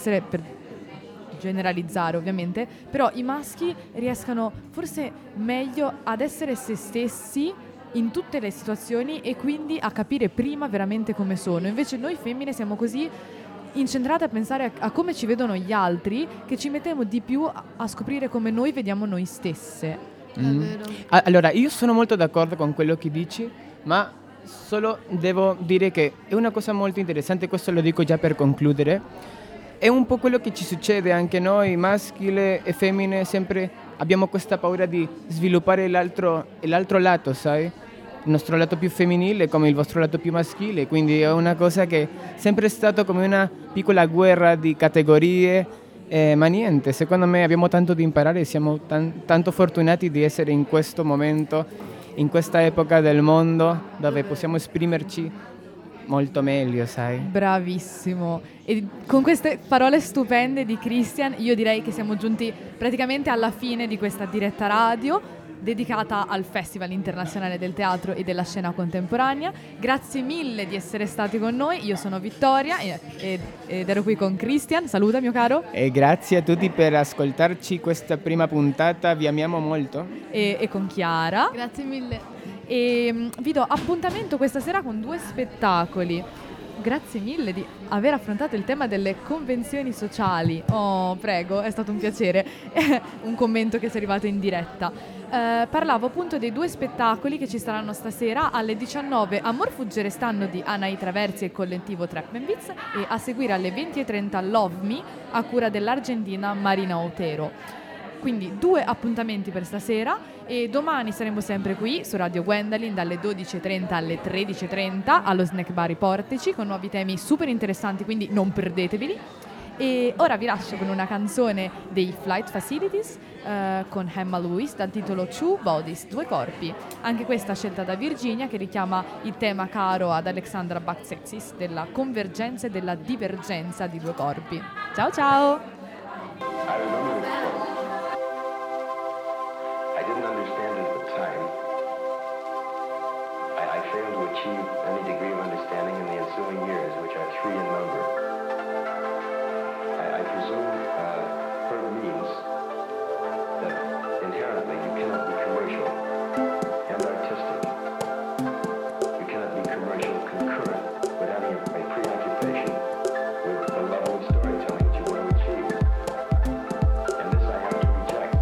generalizzare ovviamente, però i maschi riescano forse meglio ad essere se stessi in tutte le situazioni e quindi a capire prima veramente come sono. Invece noi femmine siamo così incentrate a pensare a come ci vedono gli altri che ci mettiamo di più a scoprire come noi vediamo noi stesse. Allora, io sono molto d'accordo con quello che dici, ma solo devo dire che è una cosa molto interessante, questo lo dico già per concludere, è un po' quello che ci succede anche noi, maschile e femmine, sempre abbiamo questa paura di sviluppare l'altro lato, sai? Il nostro lato più femminile come il vostro lato più maschile, quindi è una cosa che è sempre stato come una piccola guerra di categorie. Ma niente, secondo me abbiamo tanto da imparare e siamo tanto fortunati di essere in questo momento, in questa epoca del mondo dove possiamo esprimerci molto meglio, sai? Bravissimo. E con queste parole stupende di Christian io direi che siamo giunti praticamente alla fine di questa diretta radio dedicata al Festival Internazionale del Teatro e della Scena Contemporanea. Grazie mille di essere stati con noi. Io sono Vittoria ed ero qui con Christian. Saluta, mio caro. E grazie a tutti per ascoltarci questa prima puntata, vi amiamo molto. E con Chiara. Grazie mille. E vi do appuntamento questa sera con 2 spettacoli. Grazie mille di aver affrontato il tema delle convenzioni sociali. Oh, prego, è stato un piacere. Un commento che è arrivato in diretta. Parlavo appunto dei 2 spettacoli che ci saranno stasera alle 19 a Morfuggere stanno di Anai Traversi e il collettivo Trapmenwitz, e a seguire alle 20:30 Love Me a cura dell'argentina Marina Otero. Quindi 2 appuntamenti per stasera, e domani saremo sempre qui su Radio Gwendolyn dalle 12:30 alle 13:30 allo Snack Bar I Portici con nuovi temi super interessanti, quindi non perdeteveli. E ora vi lascio con una canzone dei Flight Facilities con Emma Lewis dal titolo Two Bodies, 2 corpi. Anche questa scelta da Virginia, che richiama il tema caro ad Alexandra Baxexis della convergenza e della divergenza di 2 corpi. Ciao ciao! I didn't understand it at the time. I failed to achieve any degree of understanding in the ensuing years, which are 3 in number. I presume her means that inherently you cannot be commercial and artistic. You cannot be commercial concurrent with having a preoccupation with the level of storytelling that you want to achieve. And this I have to reject.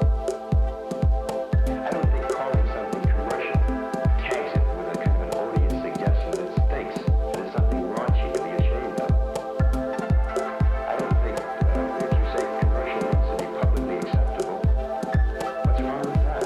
I don't think calling something commercial tags it with a kind of an odious suggestion that it stinks, that it's something raunchy to be ashamed of. I don't think if you say commercial needs to be publicly acceptable, what's wrong with that?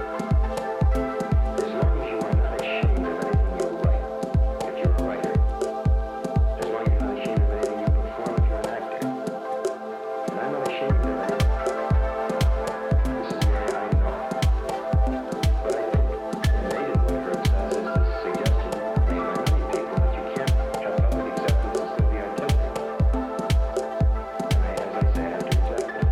As long as you are not ashamed of anything you write, if you're a writer, as long as you're not ashamed of anything you perform if you're an actor, and I'm not ashamed of anything. This is very I know. But I think Maiden Woodford says is the suggestion made by many people that you can't have public acceptance and still be artistic. And as I say, I have to reject it.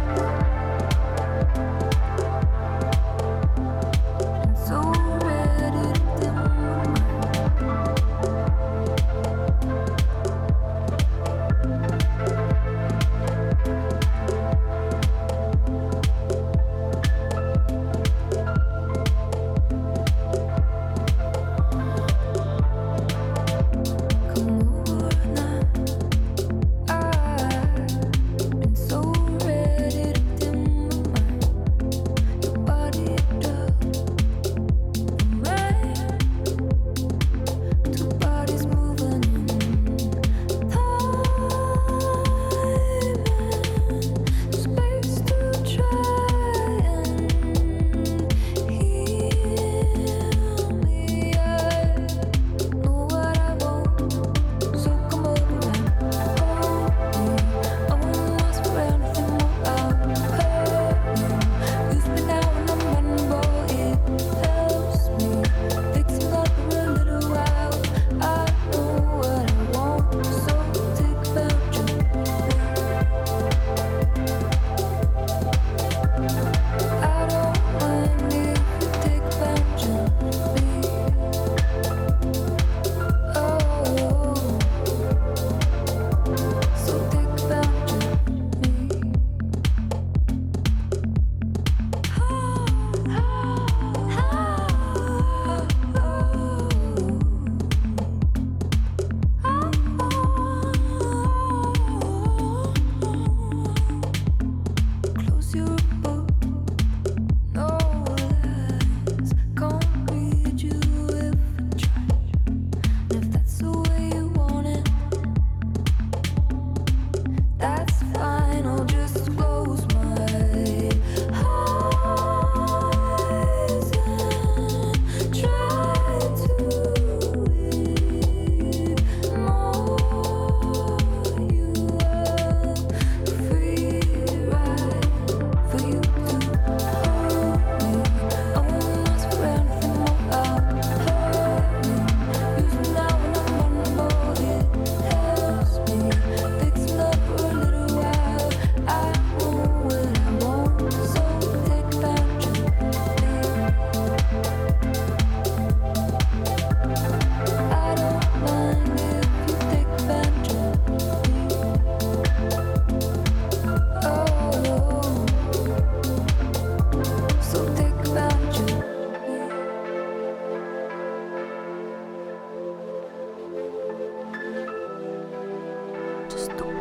So red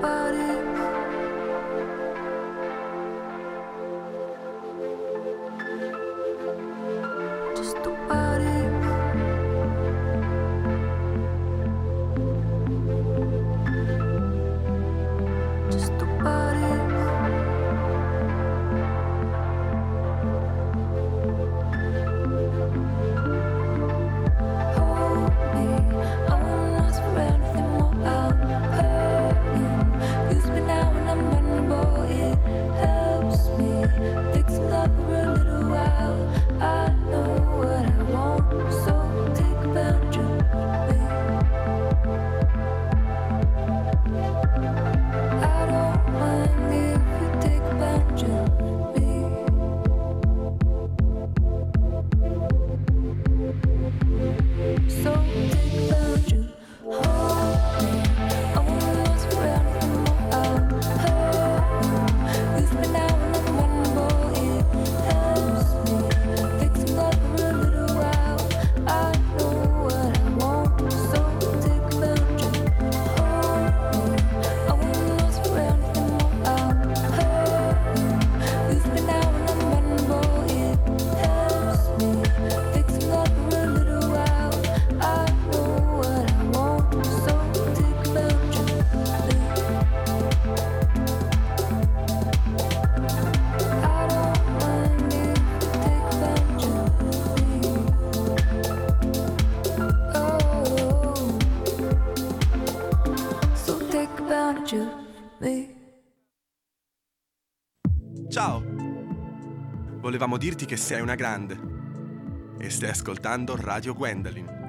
Ciao! Volevamo dirti che sei una grande e stai ascoltando Radio Gwendolyn.